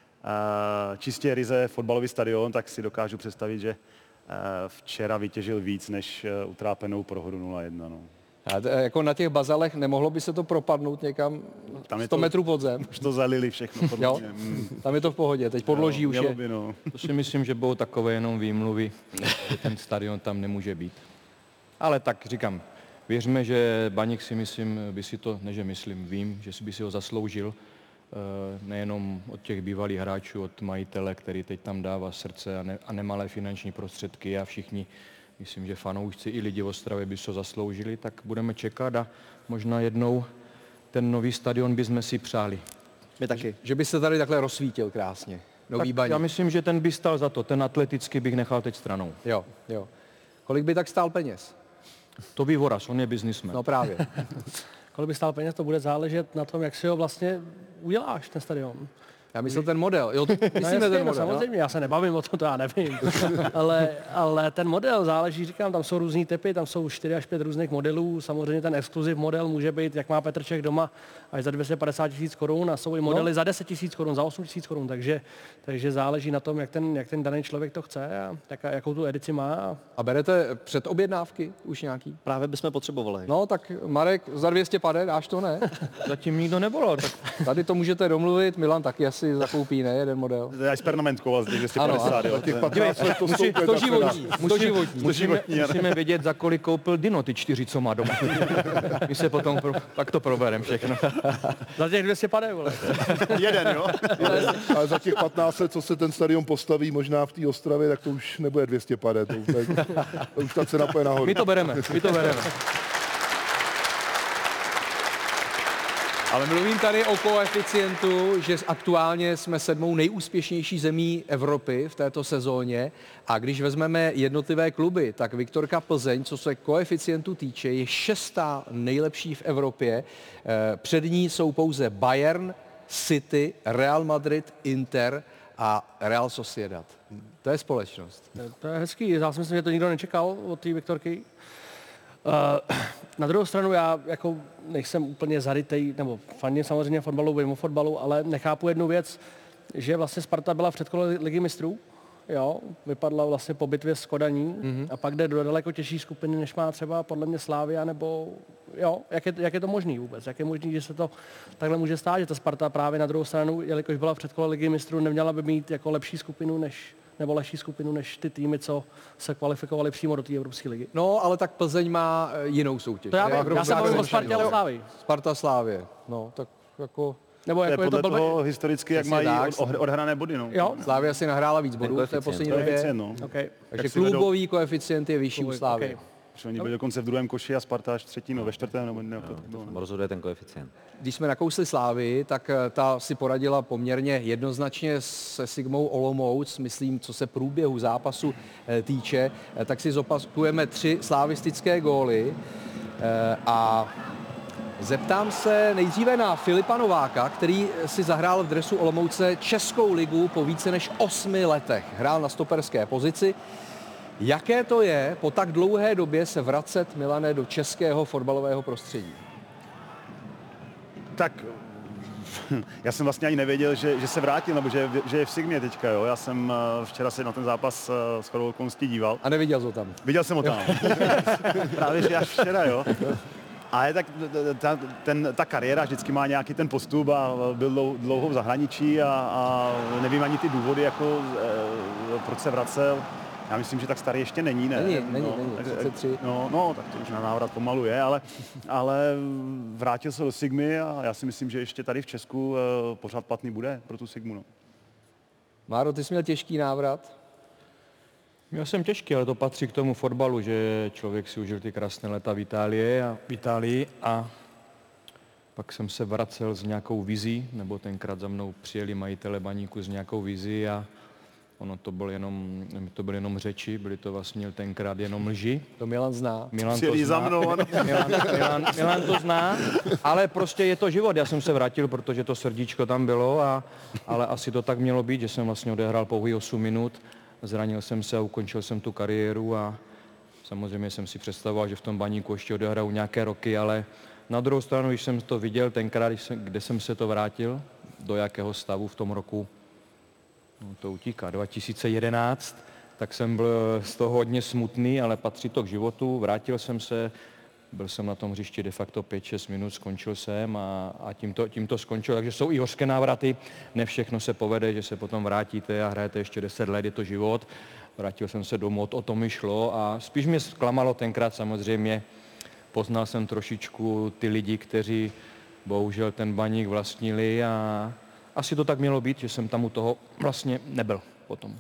čistě ryze fotbalový stadion, tak si dokážu představit, že včera vytěžil víc než utrápenou prohru 0-1. No. A jako na těch bazalech nemohlo by se to propadnout někam Tam je 100 to, metrů pod zem? Už to zalili všechno. Jo? Tam je to v pohodě, teď podloží už je. By, no. To si myslím, že budou takové jenom výmluvy, že ten stadion tam nemůže být. Ale tak říkám, věřme, že Baník si myslím, vím, že by si ho zasloužil, nejenom od těch bývalých hráčů, od majitele, který teď tam dává srdce a nemalé finanční prostředky a všichni, myslím, že fanoušci i lidi v Ostravě by se ho zasloužili, tak budeme čekat a možná jednou ten nový stadion bychom si přáli. My taky. Že by se tady takhle rozsvítil krásně. Nový Baník. Já myslím, že ten by stál za to, ten atleticky bych nechal teď stranou. Jo. Kolik by tak stál peněz? To ví Voras, on je biznismen. No právě. Kolik by stál peněz, to bude záležet na tom, jak si ho vlastně uděláš, ten stadion. Já myslel ten model. Jo, myslíme ten model. Samozřejmě, já se nebavím o tom, to já nevím. ale ten model záleží, říkám, tam jsou různý typy, tam jsou 4 až 5 různých modelů. Samozřejmě ten exkluziv model může být, jak má Petrček doma, až za 250 000 korun a jsou i modely za 10 000 korun, za 8 000 korun, takže záleží na tom, jak ten daný člověk to chce a jakou tu edici má. A berete předobjednávky už nějaký? Právě bychom potřebovali. No tak Marek, za 250 dáš to, ne? Zatím nikdo nevolal. Tak... Tady to můžete domluvit, Milan taky asi zakoupí, ne, jeden model. To je s pernamentkou ale z těch 250, jo. Těch 15 let to životní. Musíme vědět, za kolik koupil Dino ty 4, co má doma. My se potom tak to probereme všechno. Za těch 250, vole. Jeden, jo. Ale za těch 15 let, co se ten stadion postaví možná v té Ostravě, tak to už nebude 250, to už ta cena půjde nahoru. My to bereme. Ale mluvím tady o koeficientu, že aktuálně jsme 7. nejúspěšnější zemí Evropy v této sezóně a když vezmeme jednotlivé kluby, tak Viktorka Plzeň, co se koeficientu týče, je 6. nejlepší v Evropě. Před ní jsou pouze Bayern, City, Real Madrid, Inter a Real Sociedad. To je společnost. To je hezký, já si myslím, že to nikdo nečekal od té Viktorky. Na druhou stranu já jako nejsem úplně zarytej, nebo fandím samozřejmě fotbalu, mimo fotbalu, ale nechápu jednu věc, že vlastně Sparta byla v předkole Ligy mistrů, jo, vypadla vlastně po bitvě s Kodaní a pak jde do daleko těžší skupiny, než má třeba podle mě Slavia, nebo jo, jak je to možný vůbec, jak je možný, že se to takhle může stát, že ta Sparta právě na druhou stranu, jelikož byla v předkole Ligy mistrů, neměla by mít jako lepší skupinu nebo lehčí skupinu než ty týmy, co se kvalifikovaly přímo do té Evropské ligy. No, ale tak Plzeň má jinou soutěž. To já se bavím o Spartě, ale Slávii. Sparta Slávie, no, tak jako... Nebo jako je to toho historicky, jak mají odhrané body, no. Jo. Slávia si nahrála víc bodů v té poslední době. No. Okay. Takže klubový koeficient je vyšší u Slávy. Okay. Oni byli dokonce v druhém koši a Sparta až třetí, no ve čtvrtém nebo to tak bylo. Rozhoduje ten koeficient. Když jsme nakousli Slávy, tak ta si poradila poměrně jednoznačně se Sigmou Olomouc, myslím, co se průběhu zápasu týče, tak si zopakujeme 3 slavistické góly a zeptám se nejdříve na Filipa Nováka, který si zahrál v dresu Olomouce Českou ligu po více než 8 letech. Hrál na stoperské pozici. Jaké to je po tak dlouhé době se vracet, Milane, do českého fotbalového prostředí? Tak já jsem vlastně ani nevěděl, že se vrátil, nebo že je v Sigmě teďka, jo. Já jsem včera se na ten zápas s shodou okolností díval. A neviděl jsi ho tam? Viděl jsem ho tam. Právě, že až včera, jo. Ale tak ta kariéra vždycky má nějaký ten postup a byl dlouho v zahraničí a nevím ani ty důvody, jako proč se vracel. Já myslím, že tak starý ještě není, ne? Není, 33. No, tak to už na návrat pomalu je, ale vrátil se do Sigmy a já si myslím, že ještě tady v Česku pořád platný bude pro tu Sigmu, no. Máro, ty jsi měl těžký návrat? Měl jsem těžký, ale to patří k tomu fotbalu, že člověk si užil ty krásné léta v Itálii a pak jsem se vracel s nějakou vizí, nebo tenkrát za mnou přijeli majitele Baníku s nějakou vizí a ono to byl jenom řeči, byly to vlastně tenkrát jenom lži. To Milan zná. Milan to zná. Milan to zná, ale prostě je to život. Já jsem se vrátil, protože to srdíčko tam bylo, ale asi to tak mělo být, že jsem vlastně odehrál pouhých 8 minut. Zranil jsem se a ukončil jsem tu kariéru a samozřejmě jsem si představoval, že v tom Baníku ještě odehraju nějaké roky, ale na druhou stranu, když jsem to viděl tenkrát, kde jsem se to vrátil, do jakého stavu v tom roku, no to utíká, 2011, tak jsem byl z toho hodně smutný, ale patří to k životu. Vrátil jsem se, byl jsem na tom hřišti de facto 5-6 minut, skončil jsem a tím to skončilo. Takže jsou i hořké návraty, ne všechno se povede, že se potom vrátíte a hrajete ještě 10 let, je to život. Vrátil jsem se domů, o tom mi šlo a spíš mě zklamalo tenkrát samozřejmě. Poznal jsem trošičku ty lidi, kteří bohužel ten Baník vlastnili a asi to tak mělo být, že jsem tam u toho vlastně nebyl potom.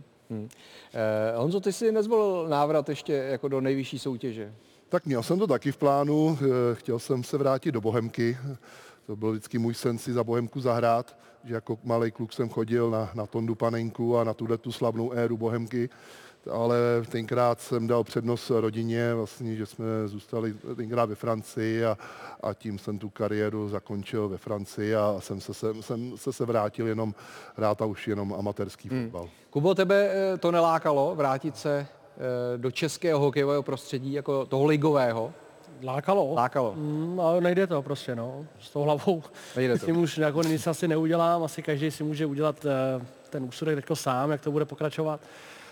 Honzo, ty si nezvolil návrat ještě jako do nejvyšší soutěže? Tak měl jsem to taky v plánu, chtěl jsem se vrátit do Bohemky. To byl vždycky můj sen si za Bohemku zahrát, že jako malý kluk jsem chodil na Tondu Panenku a na tu slavnou éru Bohemky. Ale tenkrát jsem dal přednost rodině, vlastně, že jsme zůstali tenkrát ve Francii a tím jsem tu kariéru zakončil ve Francii a jsem se vrátil jenom hrát a už jenom amatérský fotbal. Kubo, tebe to nelákalo vrátit se do českého hokejového prostředí, jako toho ligového? Lákalo. Ale nejde to prostě, no. S tou hlavou. Nejde s tím už jako nic asi neudělám, asi každý si může udělat ten úsudek jako sám, jak to bude pokračovat.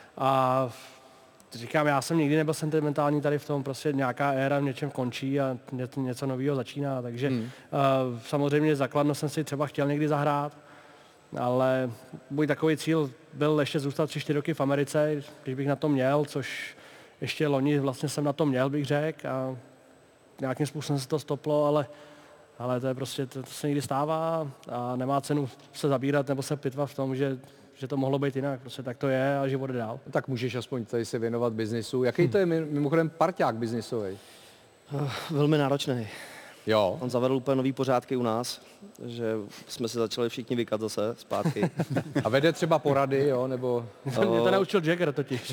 A říkám, já jsem nikdy nebyl sentimentální tady v tom, prostě nějaká éra v něčem končí a něco nového začíná, takže samozřejmě základno jsem si třeba chtěl někdy zahrát, ale můj takový cíl byl ještě zůstat 3-4 roky v Americe, když bych na to měl, což ještě loni vlastně jsem na to měl, bych řekl, a nějakým způsobem se to stoplo, ale to je prostě, to se někdy stává a nemá cenu se zabírat nebo se pitvat v tom, že to mohlo být jinak, prostě tak to je a život jde dál. Tak můžeš aspoň tady se věnovat biznisu. Jaký to je mimochodem parťák biznisový? Velmi náročný. Jo. On zavedl úplně nový pořádky u nás, že jsme se začali všichni vykat zase zpátky. A vede třeba porady, jo, nebo... Mě to naučil Jagger totiž.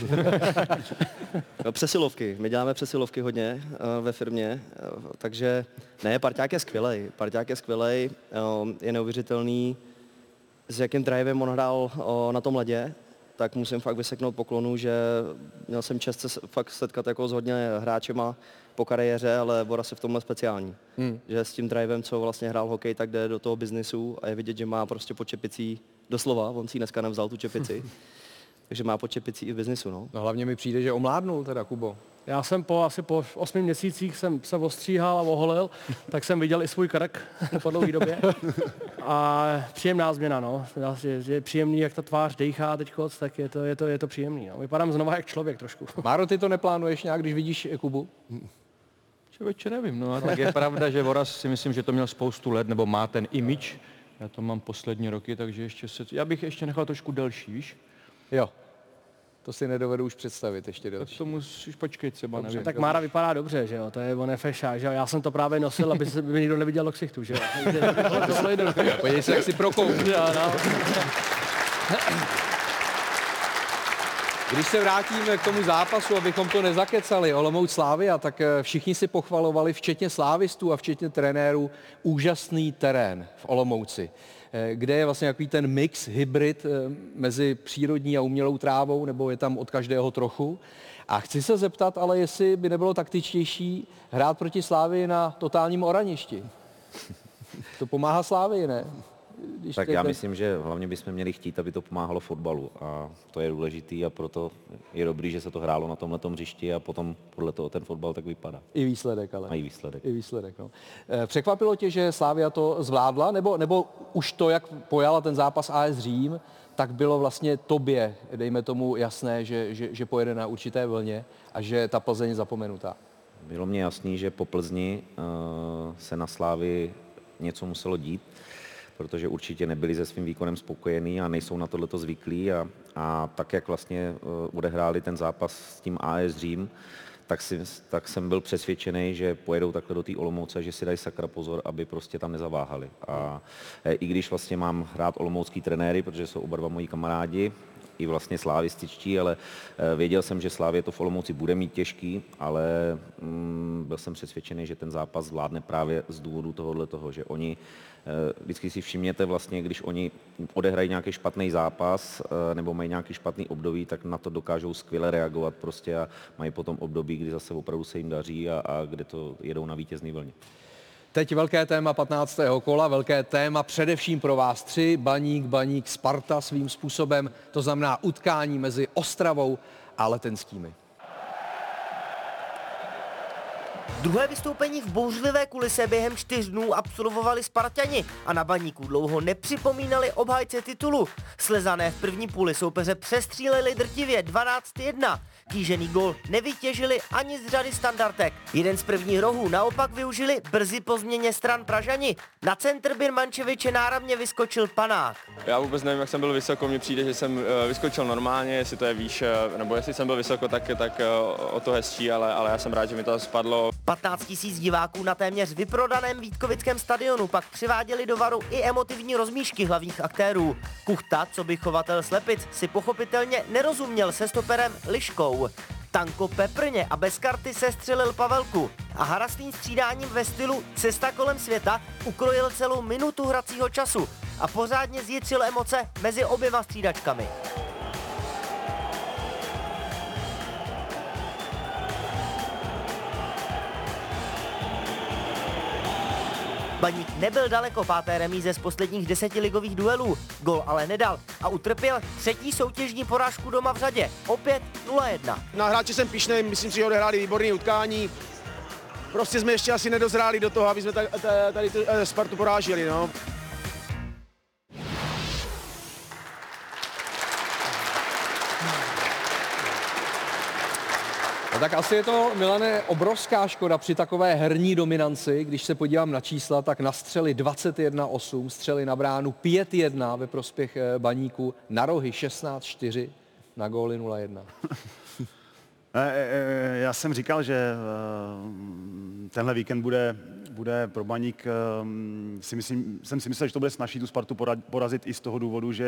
Přesilovky. My děláme přesilovky hodně ve firmě, takže ne, parťák je skvělej, je neuvěřitelný, s jakým drivem on hrál na tom ledě, tak musím fakt vyseknout poklonu, že měl jsem čest se fakt setkat jako s hodně hráčema po kariéře, ale Boras je v tomhle speciální. Že s tím drivem, co vlastně hrál hokej, tak jde do toho biznisu a je vidět, že má prostě pod čepicí, doslova, on si dneska nevzal tu čepici, takže má pod čepicí i v biznisu. No hlavně mi přijde, že omládnul teda, Kubo. Já jsem asi po 8 měsících jsem se ostříhal a oholil, tak jsem viděl i svůj krk po dlouhé době. A příjemná změna, no. Je příjemný, jak ta tvář dejchá teďko, tak je to příjemný. No. Vypadám znova jak člověk trošku. Máro, ty to neplánuješ nějak, když vidíš Kubu? Člověče, nevím, no. Tak je pravda, že Boras si myslím, že to měl spoustu let, nebo má ten image. Já to mám poslední roky, takže já bych ještě nechal trošku delší, víš? Jo. To si nedovedu už představit ještě delší. To musíš počkej třeba, nevím. Tak Mára vypadá dobře, že jo, to je on fešák, že jo, já jsem to právě nosil, aby se by nikdo neviděl do ksichtu, že jo. Podívej se, jak si prokoukl. Když se vrátíme k tomu zápasu, abychom to nezakecali, Olomouc Slavia, tak všichni si pochvalovali, včetně slávistů a včetně trenérů, úžasný terén v Olomouci, kde je vlastně takový ten mix, hybrid mezi přírodní a umělou trávou, nebo je tam od každého trochu. A chci se zeptat, ale jestli by nebylo taktičtější hrát proti Slavii na totálním oraništi. To pomáhá Slavii, ne? Tak já myslím, že hlavně bychom měli chtít, aby to pomáhalo fotbalu a to je důležitý a proto je dobrý, že se to hrálo na tomhletom hřišti a potom podle toho ten fotbal tak vypadá. I výsledek, ale. A i výsledek. I výsledek, no. Překvapilo tě, že Slavia to zvládla, nebo už to, jak pojala ten zápas AS Řím, tak bylo vlastně tobě, dejme tomu, jasné, že pojede na určité vlně a že ta Plzeň je zapomenutá? Bylo mně jasný, že po Plzni se na Slávii něco muselo dít, protože určitě nebyli se svým výkonem spokojení a nejsou na tohleto zvyklí a tak, jak vlastně odehráli ten zápas s tím AS Řím, tak jsem byl přesvědčený, že pojedou takhle do té Olomouce, že si dají sakra pozor, aby prostě tam nezaváhali. A i když vlastně mám rád olomoucký trenéry, protože jsou oba dva moji kamarádi, i vlastně slavističtí, ale věděl jsem, že Slavie to v Olomouci bude mít těžký, ale byl jsem přesvědčený, že ten zápas zvládne právě z důvodu toho, že oni, vždycky si všimněte vlastně, když oni odehrají nějaký špatný zápas nebo mají nějaký špatný období, tak na to dokážou skvěle reagovat prostě a mají potom období, kdy zase opravdu se jim daří a kde to jedou na vítězný vlně. Teď velké téma 15. kola, velké téma především pro vás tři, Baník, Sparta svým způsobem, to znamená utkání mezi Ostravou a Letenskými. Druhé vystoupení v bouřlivé kulise během 4 dnů absolvovali Sparťani a na Baníku dlouho nepřipomínali obhájce titulu. Slezané v první půli soupeře přestříleli drtivě 12-1. Kýžený gól nevytěžili ani z řady standardek. Jeden z prvních rohů naopak využili brzy po změně stran Pražani. Na centr Birmančeviče náramně vyskočil Panák. Já vůbec nevím, jak jsem byl vysoko, mně přijde, že jsem vyskočil normálně, jestli to je výš, nebo jestli jsem byl vysoko, tak o to hezčí, ale já jsem rád, že mi to spadlo. 15 000 diváků na téměř vyprodaném Vítkovickém stadionu pak přiváděli do varu i emotivní rozmíšky hlavních aktérů. Kuchta, co by chovatel Slepic, si pochopitelně nerozuměl se stoperem Liškou. Tanko peprně a bez karty sestřelil Pavelku a Harastýn střídáním ve stylu Cesta kolem světa ukrojil celou minutu hracího času a pořádně zjitřil emoce mezi oběma střídačkami. Baník nebyl daleko 5. remíze z posledních 10 ligových duelů, gol ale nedal a utrpěl 3. soutěžní porážku doma v řadě, opět 0-1. Na hráče jsem pyšnej, myslím si, že odehráli výborné utkání. Prostě jsme ještě asi nedozráli do toho, aby jsme tady Spartu porážili. No. No tak asi je to, Milane, obrovská škoda při takové herní dominanci. Když se podívám na čísla, tak na střely 21-8, střely na bránu 5-1 ve prospěch Baníku, na rohy 16-4, na góly 0-1. Já jsem říkal, že tenhle víkend bude pro Baník, jsem si myslel, že to bude snazší tu Spartu porazit i z toho důvodu, že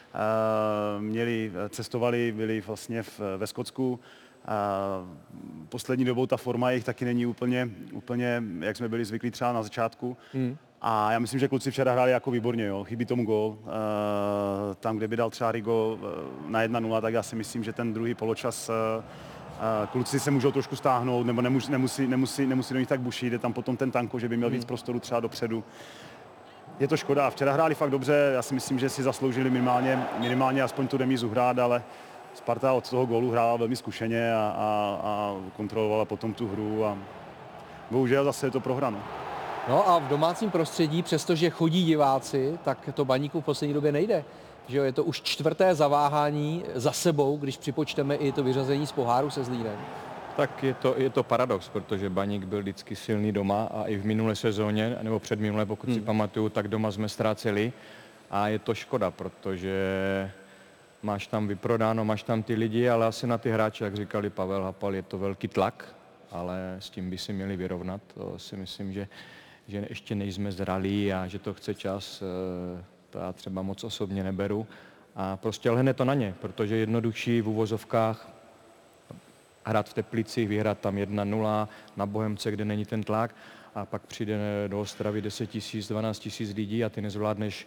cestovali, byli vlastně ve Skotsku. Poslední dobou ta forma jich taky není úplně, jak jsme byli zvyklí třeba na začátku. A já myslím, že kluci včera hráli jako výborně, jo. Chybí tomu gól. Tam, kde by dal třeba Rigo na 1-0, tak já si myslím, že ten druhý poločas kluci se můžou trošku stáhnout, nebo nemusí do nich tak bušit, jde tam potom ten Tanko, že by měl víc prostoru třeba dopředu. Je to škoda. Včera hráli fakt dobře, já si myslím, že si zasloužili minimálně aspoň tu remízu hrát, ale Sparta od toho gólu hrála velmi zkušeně a kontrolovala potom tu hru a bohužel zase je to prohráno. No a v domácím prostředí, přestože chodí diváci, tak to Baníku v poslední době nejde. Že jo, je to už 4. zaváhání za sebou, když připočteme i to vyřazení z poháru se Zlínem. Tak je to paradox, protože Baník byl vždycky silný doma a i v minulé sezóně, nebo předminulé, pokud si pamatuju, tak doma jsme ztráceli a je to škoda, protože máš tam vyprodáno, máš tam ty lidi, ale asi na ty hráče, jak říkali Pavel Hapal, je to velký tlak, ale s tím by si měli vyrovnat. To si myslím, že ještě nejsme zralí a že to chce čas, to já třeba moc osobně neberu. A prostě lehne to na ně, protože jednodušší v uvozovkách hrát v Teplicích, vyhrát tam 1-0 na Bohemce, kde není ten tlak, a pak přijde do Ostravy 10 000, 12 000 lidí a ty nezvládneš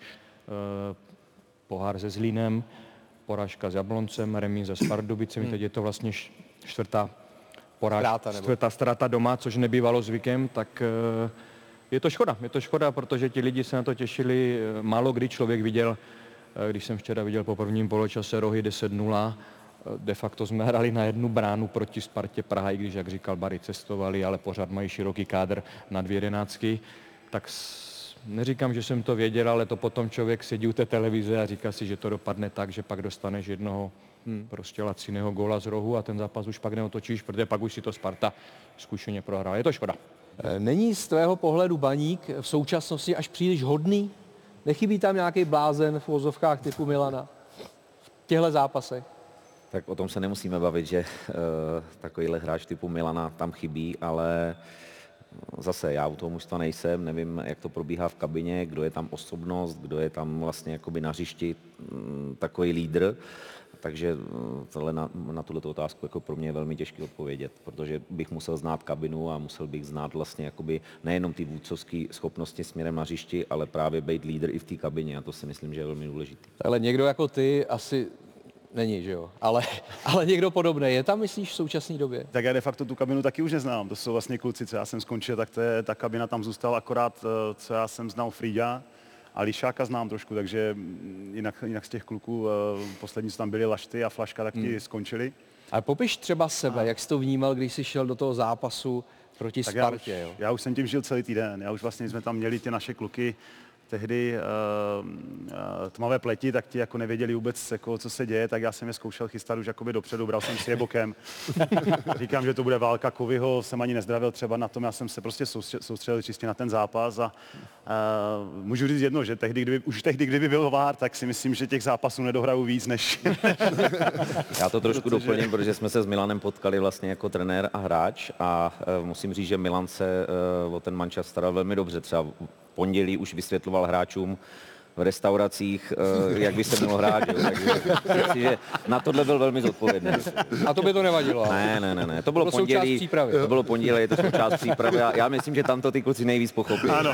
pohár se Zlínem, porážka s Jabloncem, remíza s Pardubicemi, teď je to vlastně čtvrtá ztráta doma, což nebývalo zvykem, tak je to škoda, protože ti lidi se na to těšili. Málo kdy člověk viděl, když jsem včera viděl po prvním poločase Rohy 10-0, de facto jsme hrali na jednu bránu proti Spartě Praha, i když, jak říkal Barry, cestovali, ale pořád mají široký kádr na 2 jedenáctky. Tak neříkám, že jsem to věděl, ale to potom člověk sedí u té televize a říká si, že to dopadne tak, že pak dostaneš jednoho prostě laciného góla z rohu a ten zápas už pak neotočíš, protože pak už si to Sparta zkušeně prohrál. Je to škoda. Není z tvého pohledu Baník v současnosti až příliš hodný? Nechybí tam nějaký blázen v uvozovkách typu Milana v těchto zápasech? Tak o tom se nemusíme bavit, že takovýhle hráč typu Milana tam chybí, ale zase já u toho mužstva nejsem, nevím, jak to probíhá v kabině, kdo je tam osobnost, kdo je tam vlastně jakoby na hřišti takový lídr. Takže na tuto otázku jako pro mě je velmi těžké odpovědět, protože bych musel znát kabinu a musel bych znát vlastně jakoby nejenom ty vůdcovské schopnosti směrem na hřišti, ale právě být lídr i v té kabině a to si myslím, že je velmi důležité. Ale někdo jako ty asi není, že jo? Ale někdo podobný je tam, myslíš, v současné době? Tak já de facto tu kabinu taky už neznám. To jsou vlastně kluci, co já jsem skončil, tak ta kabina tam zůstala akorát, co já jsem znal Frýďa a Lišáka znám trošku, takže jinak z těch kluků poslední, co tam byli, Lašty a Flaška, tak ti skončili. Ale popiš třeba sebe, jak jsi to vnímal, když jsi šel do toho zápasu proti Spartě, já už jsem tím žil celý týden. Já už vlastně jsme tam měli ty naše kluky, tehdy tmavé pleti, tak ti jako nevěděli vůbec, jako, co se děje, tak já jsem je zkoušel chystat už jakoby dopředu, bral jsem si je bokem. Říkám, že to bude válka, Kovyho jsem ani nezdravil třeba na tom, já jsem se prostě soustředil čistě na ten zápas a můžu říct jedno, že kdyby byl VAR, tak si myslím, že těch zápasů nedohraju víc než... Já to trošku doplním, protože jsme se s Milanem potkali vlastně jako trenér a hráč a musím říct, že Milan se o ten mančas staral velmi dobře. Třeba pondělí už vysvětloval hráčům v restauracích, jak by se mělo hrát. Jo. Takže myslím, že na tohle byl velmi zodpovědný. A to by to nevadilo? Ne. To bylo pondělí. To bylo pondělí, je to součást přípravy. Já myslím, že tam to ty kluci nejvíc pochopili. Ano.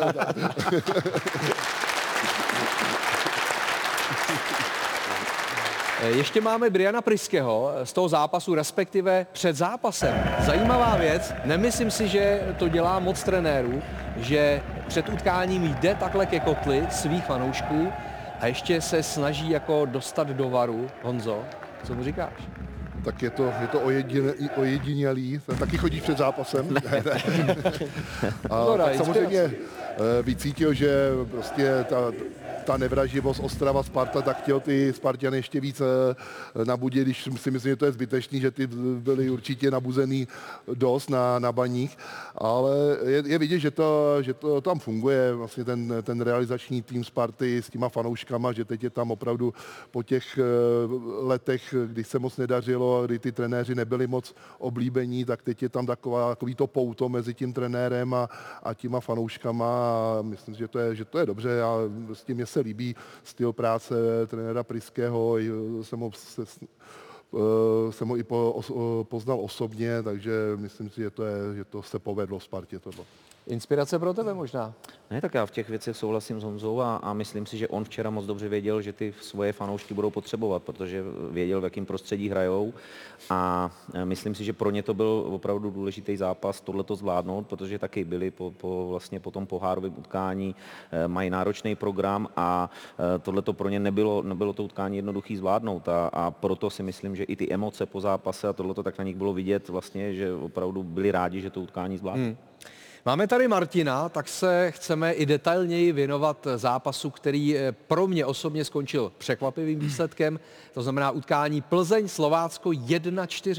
Ještě máme Briana Pryského z toho zápasu, respektive před zápasem. Zajímavá věc, nemyslím si, že to dělá moc trenérů, že před utkáním jde takhle ke kotli svých fanoušků a ještě se snaží jako dostat do varu. Honzo, co mu říkáš? Tak je to ojedinělý, taky chodíš před zápasem. A tak samozřejmě vycítil, že prostě ta nevraživost Ostrava, Sparta, tak chtěl ty Sparťany ještě víc nabudit, když si myslím, že to je zbytečný, že ty byli určitě nabuzený dost na Baník, ale je vidět, že to tam funguje, vlastně ten realizační tým Sparty s těma fanouškama, že teď je tam opravdu po těch letech, kdy se moc nedařilo, kdy ty trenéři nebyli moc oblíbení, tak teď je tam takový to pouto mezi tím trenérem a těma fanouškama a myslím, že to je dobře a s tím se líbí styl práce trenéra Pryského, jsem ho i poznal osobně, takže myslím si, že to se povedlo v Spartě tohle. Inspirace pro tebe možná? Ne, tak já v těch věcech souhlasím s Honzou a myslím si, že on včera moc dobře věděl, že ty svoje fanoušky budou potřebovat, protože věděl, v jakém prostředí hrajou a myslím si, že pro ně to byl opravdu důležitý zápas tohleto zvládnout, protože taky byli vlastně po tom pohárovém utkání, mají náročný program a tohleto pro ně nebylo to utkání jednoduchý zvládnout a proto si myslím, že i ty emoce po zápase a tohleto tak na nich bylo vidět vlastně, že opravdu byli rádi, že to utkání zvládli. Máme tady Martina, tak se chceme i detailněji věnovat zápasu, který pro mě osobně skončil překvapivým výsledkem. To znamená utkání Plzeň-Slovácko 1-4.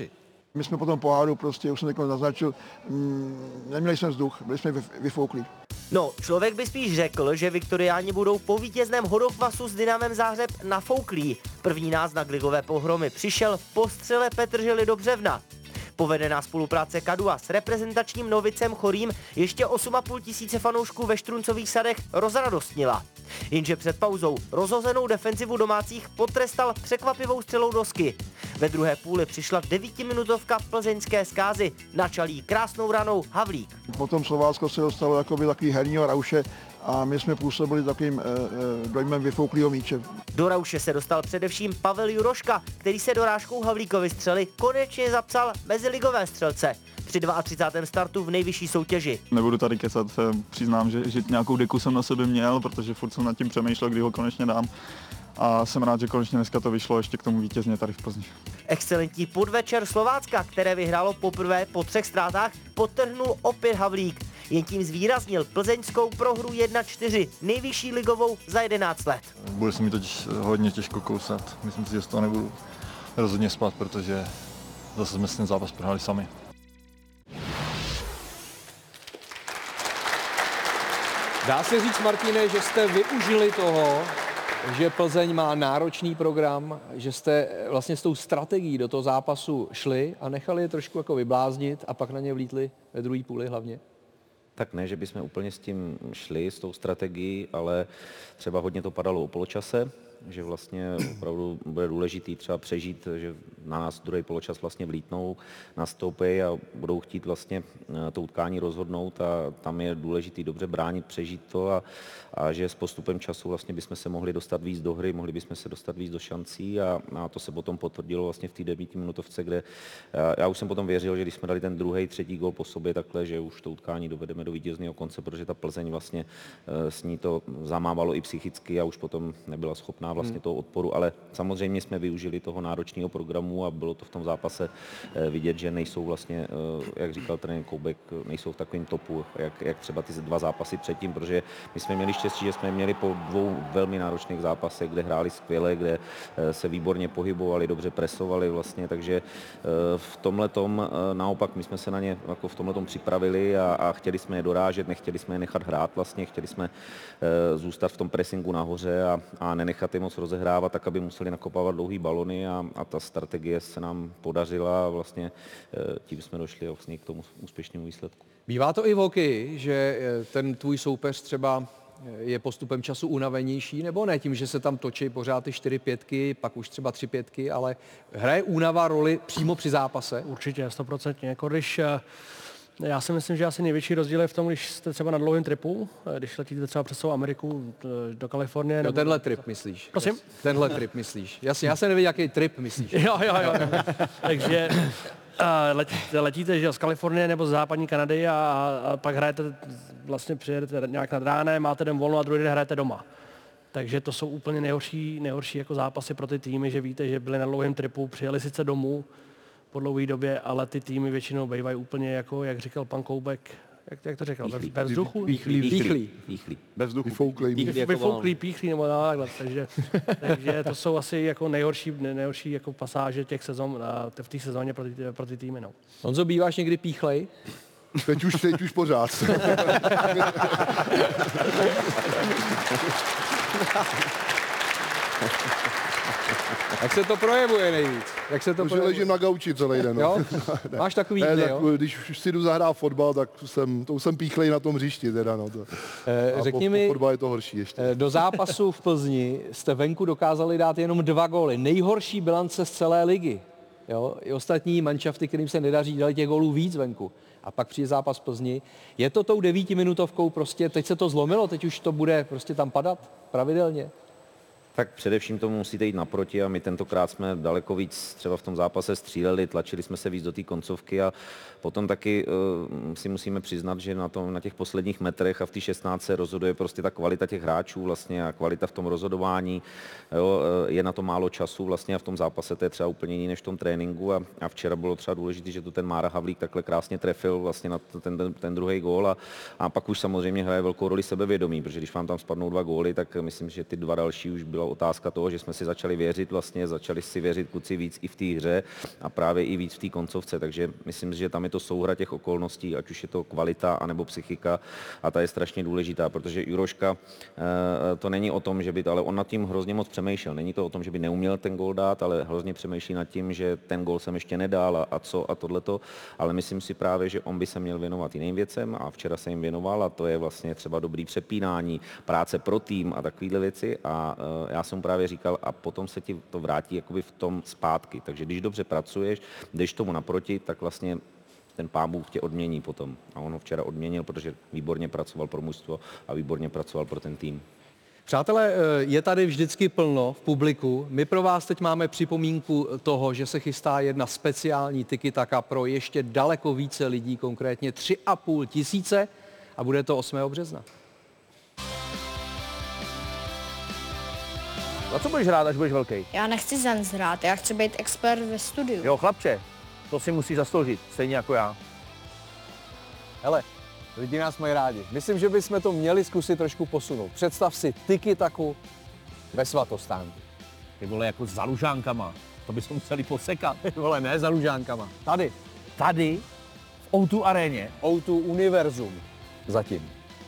My jsme po tom poháru prostě, už jsem takhle naznačil, neměli jsme vzduch, byli jsme vyfouklí. No, člověk by spíš řekl, že viktoriáni budou po vítězném hodokvasu s Dynamem Záhřeb nafouklí. První náznak ligové pohromy přišel po střele Petržely do Břevna. Povedená spolupráce Kadua s reprezentačním Novicem Chorým ještě 8,5 tisíce fanoušků ve Štruncových sadech rozradostnila. Jenže před pauzou rozhozenou defenzivu domácích potrestal překvapivou střelou dosky. Ve druhé půli přišla 9minutovka plzeňské zkázy, načalí krásnou ranou Havlík. Potom Slovácko se dostalo jakoby takový herního rauše a my jsme působili takovým dojmem vyfouklýho míče. Do rauše se dostal především Pavel Juroška, který se dorážkou Havlíkovi střely konečně zapsal mezi ligové střelce při 32. startu v nejvyšší soutěži. Nebudu tady kecat, přiznám, že nějakou deku jsem na sobě měl, protože furt jsem nad tím přemýšlel, kdy ho konečně dám. A jsem rád, že konečně dneska to vyšlo ještě k tomu vítězně tady v Plzni. Excelentní podvečer Slovácka, které vyhrálo poprvé po 3 ztrátách, podtrhnul opět Havlík. Jen tím zvýraznil plzeňskou prohru 1-4, nejvyšší ligovou za 11 let. Bude se mi totiž hodně těžko kousat. Myslím si, že z toho nebudu rozhodně spát, protože zase jsme si ten zápas prohráli sami. Dá se říct, Martine, že jste využili toho, že Plzeň má náročný program, že jste vlastně s tou strategií do toho zápasu šli a nechali je trošku jako vybláznit a pak na ně vlítli ve druhé půli hlavně? Tak ne, že bychom úplně s tím šli, s tou strategií, ale třeba hodně to padalo o poločase, že vlastně opravdu bude důležitý třeba přežít, že na nás druhý poločas vlastně vlítnou, nastoupí a budou chtít vlastně to utkání rozhodnout a tam je důležitý dobře bránit, přežít to a že s postupem času vlastně bychom se mohli dostat víc do hry, mohli bychom se dostat víc do šancí a to se potom potvrdilo vlastně v té 9minutovce, kde já už jsem potom věřil, že když jsme dali ten druhý, třetí gól po sobě takhle, že už to utkání dovedeme do vítězného konce, protože ta Plzeň vlastně s ní to zamávalo i psychicky a už potom nebyla schopná vlastně toho odporu, ale samozřejmě jsme využili toho náročného programu a bylo to v tom zápase vidět, že nejsou vlastně, jak říkal trenér Koubek, nejsou v takovém topu, jak třeba ty 2 zápasy předtím, protože my jsme měli štěstí, že jsme měli po 2 velmi náročných zápasech, kde hráli skvěle, kde se výborně pohybovali, dobře presovali vlastně, takže v tomhletom naopak my jsme se na ně jako v tomhletom připravili a chtěli jsme je dorážet, nechtěli jsme je nechat hrát vlastně, chtěli jsme zůstat v tom pressingu nahoře a nenechat je moc rozehrávat, tak aby museli nakopávat dlouhý balony a ta strategie se nám podařila a vlastně tím jsme došli vlastně k tomu úspěšnému výsledku. Bývá to i v hokeji, že ten tvůj soupeř třeba je postupem času unavenější, nebo ne tím, že se tam točí pořád ty 4-5, pak už třeba 3-5, ale hraje únava roli přímo při zápase? Určitě, 100%. Jako když já si myslím, že asi největší rozdíl je v tom, když jste třeba na dlouhém tripu, když letíte třeba přes celou Ameriku do Kalifornie. No tenhle trip myslíš? Prosím? Tenhle trip myslíš. Jasně, já se nevím, jaký trip myslíš. Jo. Takže letíte že, z Kalifornie nebo z západní Kanady a pak hrajete, vlastně přijedete nějak nad ránem, máte den volno a druhý den hrajete doma. Takže to jsou úplně nejhorší jako zápasy pro ty týmy, že víte, že byli na dlouhém tripu, přijeli sice domů po dlouhé době, ale ty týmy většinou bývají úplně jako, jak říkal pan Koubek, jak to říkal, ve vzduchu? Píchlí. Ve vzduchu. Vyfouklý, píchlí nebo takhle. Takže to jsou asi jako nejhorší jako pasáže těch sezon v té sezóně pro ty týmy. No. Honzo, býváš někdy píchlej? Teď už pořád. Jak se to projevuje nejvíc? Že ležím na gauči celý den. Jo? Máš takový dny, jo? Když už si jdu zahrát fotbal, tak jsem píchlej na tom hřišti. Teda, no. Řekni mi, fotbal je to horší ještě. Do zápasu v Plzni jste venku dokázali dát jenom 2 góly. Nejhorší bilance z celé ligy. Jo? I ostatní manšafty, kterým se nedaří, dali těch gólů víc venku. A pak přijde zápas v Plzni. Je to tou 9minutovkou prostě, teď se to zlomilo, teď už to bude prostě tam padat pravidelně? Tak především tomu musíte jít naproti a my tentokrát jsme daleko víc třeba v tom zápase stříleli, tlačili jsme se víc do té koncovky a potom taky si musíme přiznat, že na těch posledních metrech a v té 16 se rozhoduje prostě ta kvalita těch hráčů vlastně a kvalita v tom rozhodování. Jo, je na to málo času vlastně a v tom zápase to je třeba úplně jiný než v tom tréninku a včera bylo třeba důležité, že to ten Mára Havlík takhle krásně trefil vlastně na ten druhý gól a pak už samozřejmě hraje velkou roli sebevědomí, protože když vám tam spadnou 2 góly, tak myslím, že ty 2 další už bylo byla otázka toho, že jsme si začali věřit vlastně, začali si věřit kluci víc i v té hře a právě i víc v té koncovce, takže myslím, že tam je to souhra těch okolností, ať už je to kvalita anebo psychika a ta je strašně důležitá, protože Juroška to není o tom, že by, ale on nad tím hrozně moc přemýšlel, není to o tom, že by neuměl ten gól dát, ale hrozně přemýšlí nad tím, že ten gól jsem ještě nedal a co a tohleto, ale myslím si právě, že on by se měl věnovat jiným věcem a včera se jim věnoval a to je vlastně třeba dobrý přepínání, práce pro tým a takovéhle věci a já jsem právě říkal a potom se ti to vrátí jakoby v tom zpátky, takže když dobře pracuješ, jdeš tomu naproti, tak vlastně ten Pán Bůh tě odmění potom a on ho včera odměnil, protože výborně pracoval pro mužstvo a výborně pracoval pro ten tým. Přátelé, je tady vždycky plno v publiku. My pro vás teď máme připomínku toho, že se chystá jedna speciální tiki-taka pro ještě daleko více lidí, konkrétně 3,5 tisíce a bude to 8. března. A co budeš hrát, až budeš velký? Já nechci Zenz hrát, já chci být expert ve studiu. Jo, chlapče, to si musíš zasloužit, stejně jako já. Hele, lidi nás mají rádi. Myslím, že bychom to měli zkusit trošku posunout. Představ si tiki-taku ve Svatostánku. Ty vole, jako za lužánkama. To bychom museli posekat. Ty vole, ne za lužánkama. Tady. Tady? V O2 aréně? O2 Univerzum. Zatím.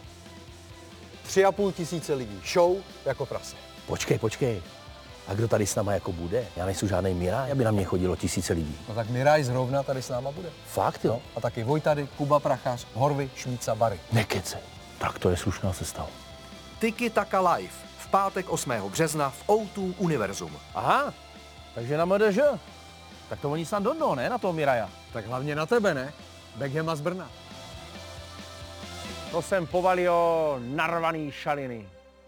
3,5 tisíce lidí. Show jako prase. Počkej. A kdo tady s náma jako bude? Já nejsou žádnej Miraj, aby na mě chodilo tisíce lidí. No tak Miraj zrovna tady s náma bude. Fakt, jo? No, a taky Vojtady, Kuba Prachař, Horvy, Šmíca, Bary. Nekecej. Tak to je slušná sestava. Tiki-taka live. V pátek 8. března v O2 Univerzum. Aha, takže na MDŽ. Tak to oni snad dodnou, ne? Na toho Miraja. Tak hlavně na tebe, ne? Beckhama z Brna. To jsem povalil narvaný šaliny.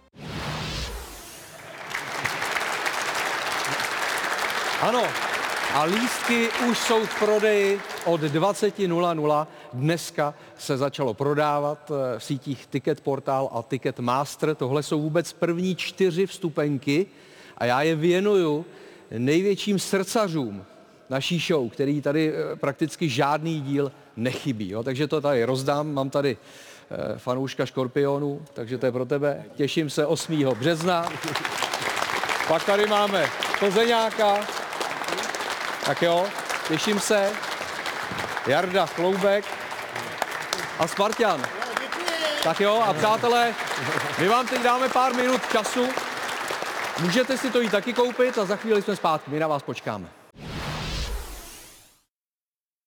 Ano, a lístky už jsou v prodeji od 20:00. Dneska se začalo prodávat v sítích Ticket Portal a Ticket Master. Tohle jsou vůbec první 4 vstupenky a já je věnuju největším srdcařům naší show, který tady prakticky žádný díl nechybí. Jo? Takže to tady rozdám, mám tady fanouška Škorpionů, takže to je pro tebe. Těším se 8. března. Pak tady máme Plzeňáka. Tak jo, těším se. Jarda Kloubek a Spartan. Tak jo, a přátelé, my vám teď dáme pár minut času. Můžete si to jít taky koupit a za chvíli jsme zpátky. My na vás počkáme.